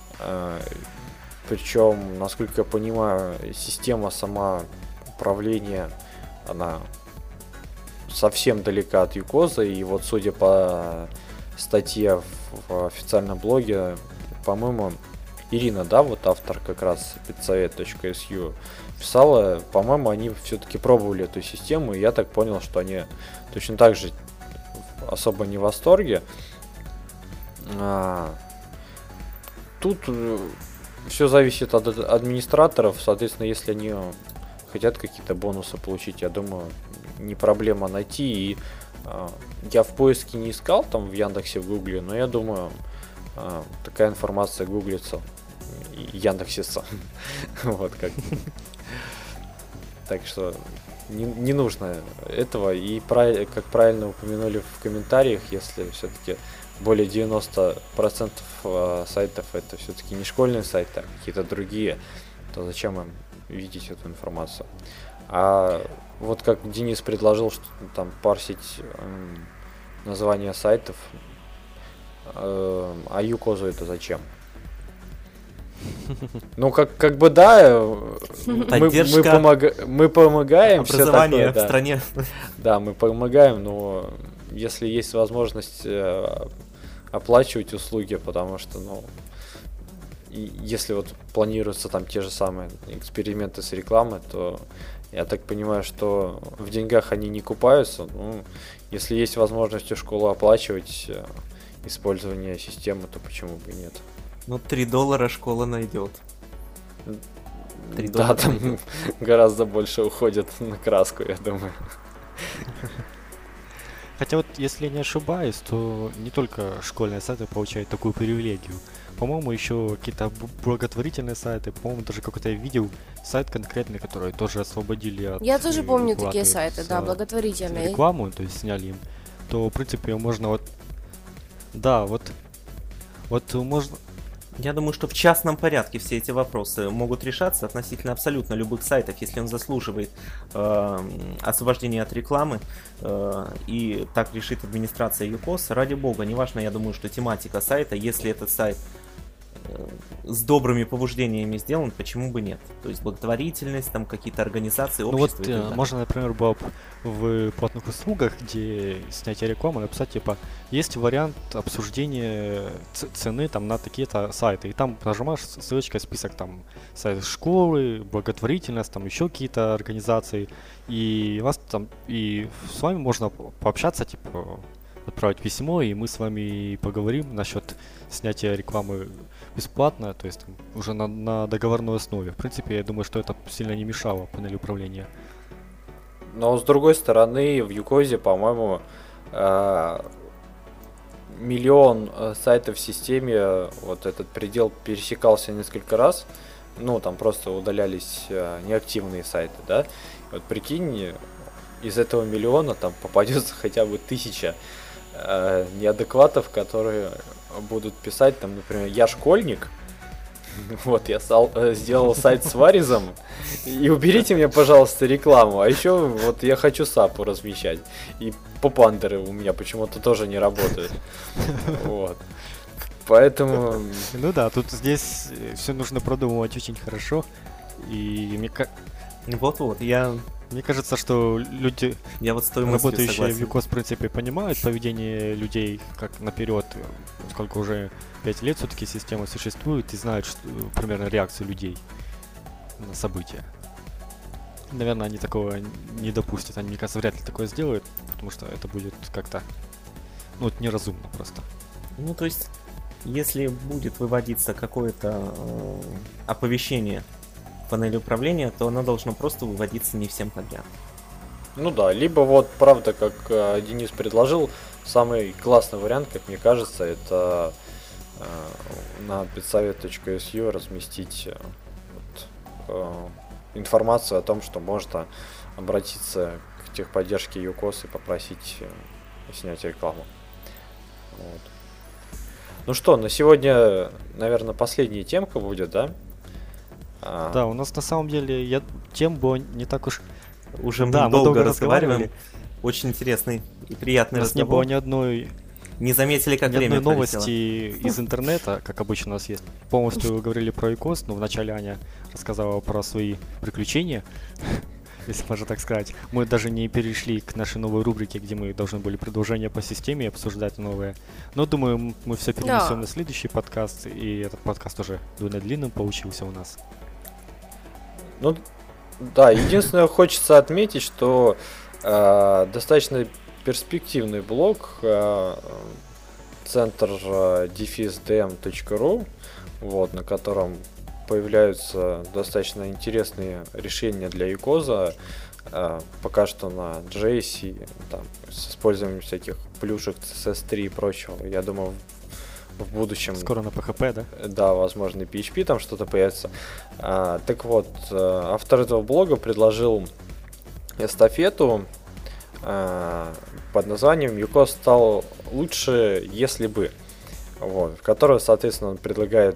Причем, насколько я понимаю, система сама управления, она совсем далека от ЮКОЗа. И вот, судя по статье в официальном блоге, по-моему, Ирина, да, вот автор как раз педсовет точка эс ю писала, по-моему, они все-таки пробовали эту систему, и я так понял, что они точно так же особо не в восторге. А, тут все зависит от администраторов, соответственно, если они хотят какие-то бонусы получить, я думаю, не проблема найти. И а, я в поиске не искал там в Яндексе, в Гугле, но я думаю, а, такая информация гуглится, Яндексится. Вот как. Так что не, не нужно этого. И как правильно упомянули в комментариях, если все-таки более девяносто процентов сайтов это все-таки не школьные сайты, а какие-то другие, то зачем им видеть эту информацию? А вот как Денис предложил, что там парсить э, названия сайтов, э, а ЮКОЗу это зачем? Ну, как, как бы да, мы, мы, помога- мы помогаем. Образование такое, в да. стране. Да, мы помогаем, но если есть возможность э, оплачивать услуги, потому что, ну, и если вот планируются там те же самые эксперименты с рекламой, то я так понимаю, что в деньгах они не купаются. Ну, если есть возможность у школы оплачивать э, использование системы, то почему бы и нет? Ну, три доллара школа найдет. Да, там найдет. Гораздо больше уходит на краску, я думаю. Хотя вот, если я не ошибаюсь, то не только школьные сайты получают такую привилегию. По-моему, еще какие-то б- благотворительные сайты, по-моему, даже какой-то я видел сайт конкретный, который тоже освободили от Я тоже э, помню уплаты такие сайты, да, за благотворительные. рекламу, то есть сняли им, то, в принципе, можно вот, да, вот, вот можно, Я думаю, что в частном порядке все эти вопросы могут решаться относительно абсолютно любых сайтов, если он заслуживает э, освобождения от рекламы, э, и так решит администрация ЮКОС. Ради бога, неважно, я думаю, что тематика сайта, если этот сайт э, с добрыми побуждениями сделан, почему бы нет? То есть благотворительность, там какие-то организации, ну общества. вот, и так э, далее. можно, например, было б в платных услугах, где снятие рекламы, написать, типа, есть вариант обсуждения ц- цены там на такие-то сайты, и там нажимаешь с- ссылочка, список там сайт школы, благотворительность, там еще какие-то организации, и вас там, и с вами можно по- пообщаться, типа, отправить письмо, и мы с вами поговорим насчет снятия рекламы бесплатно, то есть там, уже на, на договорной основе. В принципе, я думаю, что это сильно не мешало панели управления. Но с другой стороны, в Юкозе, по-моему, э, миллион э, сайтов в системе, э, вот этот предел пересекался несколько раз. Ну, там просто удалялись э, неактивные сайты, да. Вот прикинь, из этого миллиона там попадется хотя бы тысяча э, неадекватов, которые будут писать, там, например, я школьник. Вот, я сал- э, сделал сайт с варизом, и уберите мне, пожалуйста, рекламу. А еще вот я хочу сапу размещать. И попандеры у меня почему-то тоже не работают. Вот. Поэтому... Ну да, тут здесь все нужно продумывать очень хорошо. И мне, ка- Вот-вот, я, мне кажется, что люди, я вот с той мыслью работающие в согласен. ЮКОС, в принципе, понимают поведение людей как наперед, сколько уже пять лет все-таки система существует, и знают что, примерно реакцию людей на события. Наверное, они такого не допустят. Они, мне кажется, вряд ли такое сделают, потому что это будет как-то, ну, вот неразумно просто. Ну, то есть, если будет выводиться какое-то э, оповещение в панели управления, то оно должно просто выводиться не всем подряд. Ну да, либо вот, правда, как э, Денис предложил, самый классный вариант, как мне кажется, это э, на педсовет точка эс ю разместить э, вот, э, информацию о том, что можно обратиться к техподдержке ЮКОС и попросить э, снять рекламу. Вот. Ну что, на сегодня, наверное, последняя темка будет, да? А, Да, у нас на самом деле я, тем было не так уж... Уже Да, мы мы долго, долго разговариваем. разговаривали. Очень интересный и У приятный нас не разговор. было ни одной, Не заметили, как ни время одной пролетело. новости из интернета, как обычно у нас есть. Полностью говорили про ЮКОС, но вначале Аня рассказала про свои приключения, если можно так сказать. Мы даже не перешли к нашей новой рубрике, где мы должны были продолжение по системе обсуждать новое. Но думаю, м- мы все перенесем Да. на следующий подкаст, и этот подкаст уже довольно длинным получился у нас. Ну, да, единственное, хочется отметить, что э, достаточно перспективный блог э, центр дефис ди эм точка ру, вот, на котором появляются достаточно интересные решения для ЮКОЗа, э, пока что на джейс, там, с использованием всяких плюшек си эс эс три и прочего. Я думаю, в будущем... Скоро на пи эйч пи, да? Да, возможно, и пи эйч пи там что-то появится. А, так вот, э, автор этого блога предложил эстафету а, под названием «ЮКОС стал лучше, если бы», вот, в которой, соответственно, он предлагает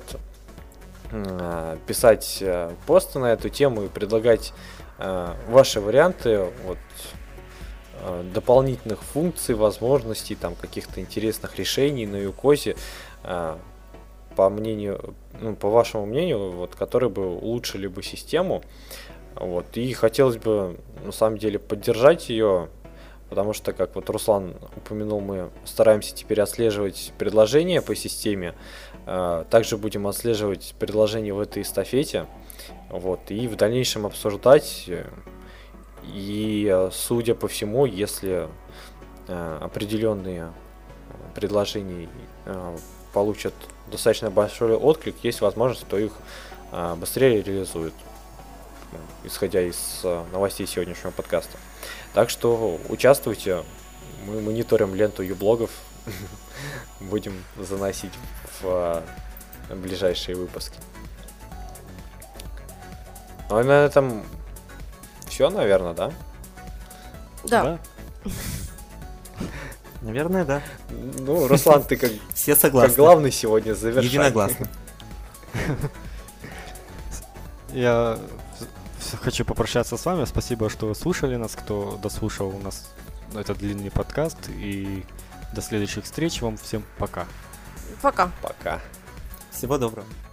а, писать а, посты на эту тему и предлагать а, ваши варианты вот, а, дополнительных функций, возможностей, там, каких-то интересных решений на ЮКОСе, а, по мнению, ну, по вашему мнению, вот, которые бы улучшили бы систему. Вот. И хотелось бы, на самом деле, поддержать ее, потому что, как вот Руслан упомянул, мы стараемся теперь отслеживать предложения по системе. А, также будем отслеживать предложения в этой эстафете. Вот. И в дальнейшем обсуждать. И, судя по всему, если а, определенные предложения а, получат достаточно большой отклик, есть возможность, то их а, быстрее реализуют, исходя из а, новостей сегодняшнего подкаста. Так что участвуйте, мы мониторим ленту юблогов, будем заносить в ближайшие выпуски. Ну и на этом все, наверное, да? Да. Наверное, да. Ну, Руслан, ты как, Все как согласны. главный сегодня завершай. Единогласно. Я с- хочу попрощаться с вами. Спасибо, что слушали нас, кто дослушал у нас этот длинный подкаст. И до следующих встреч. Вам всем пока. Пока. Пока. Всего доброго.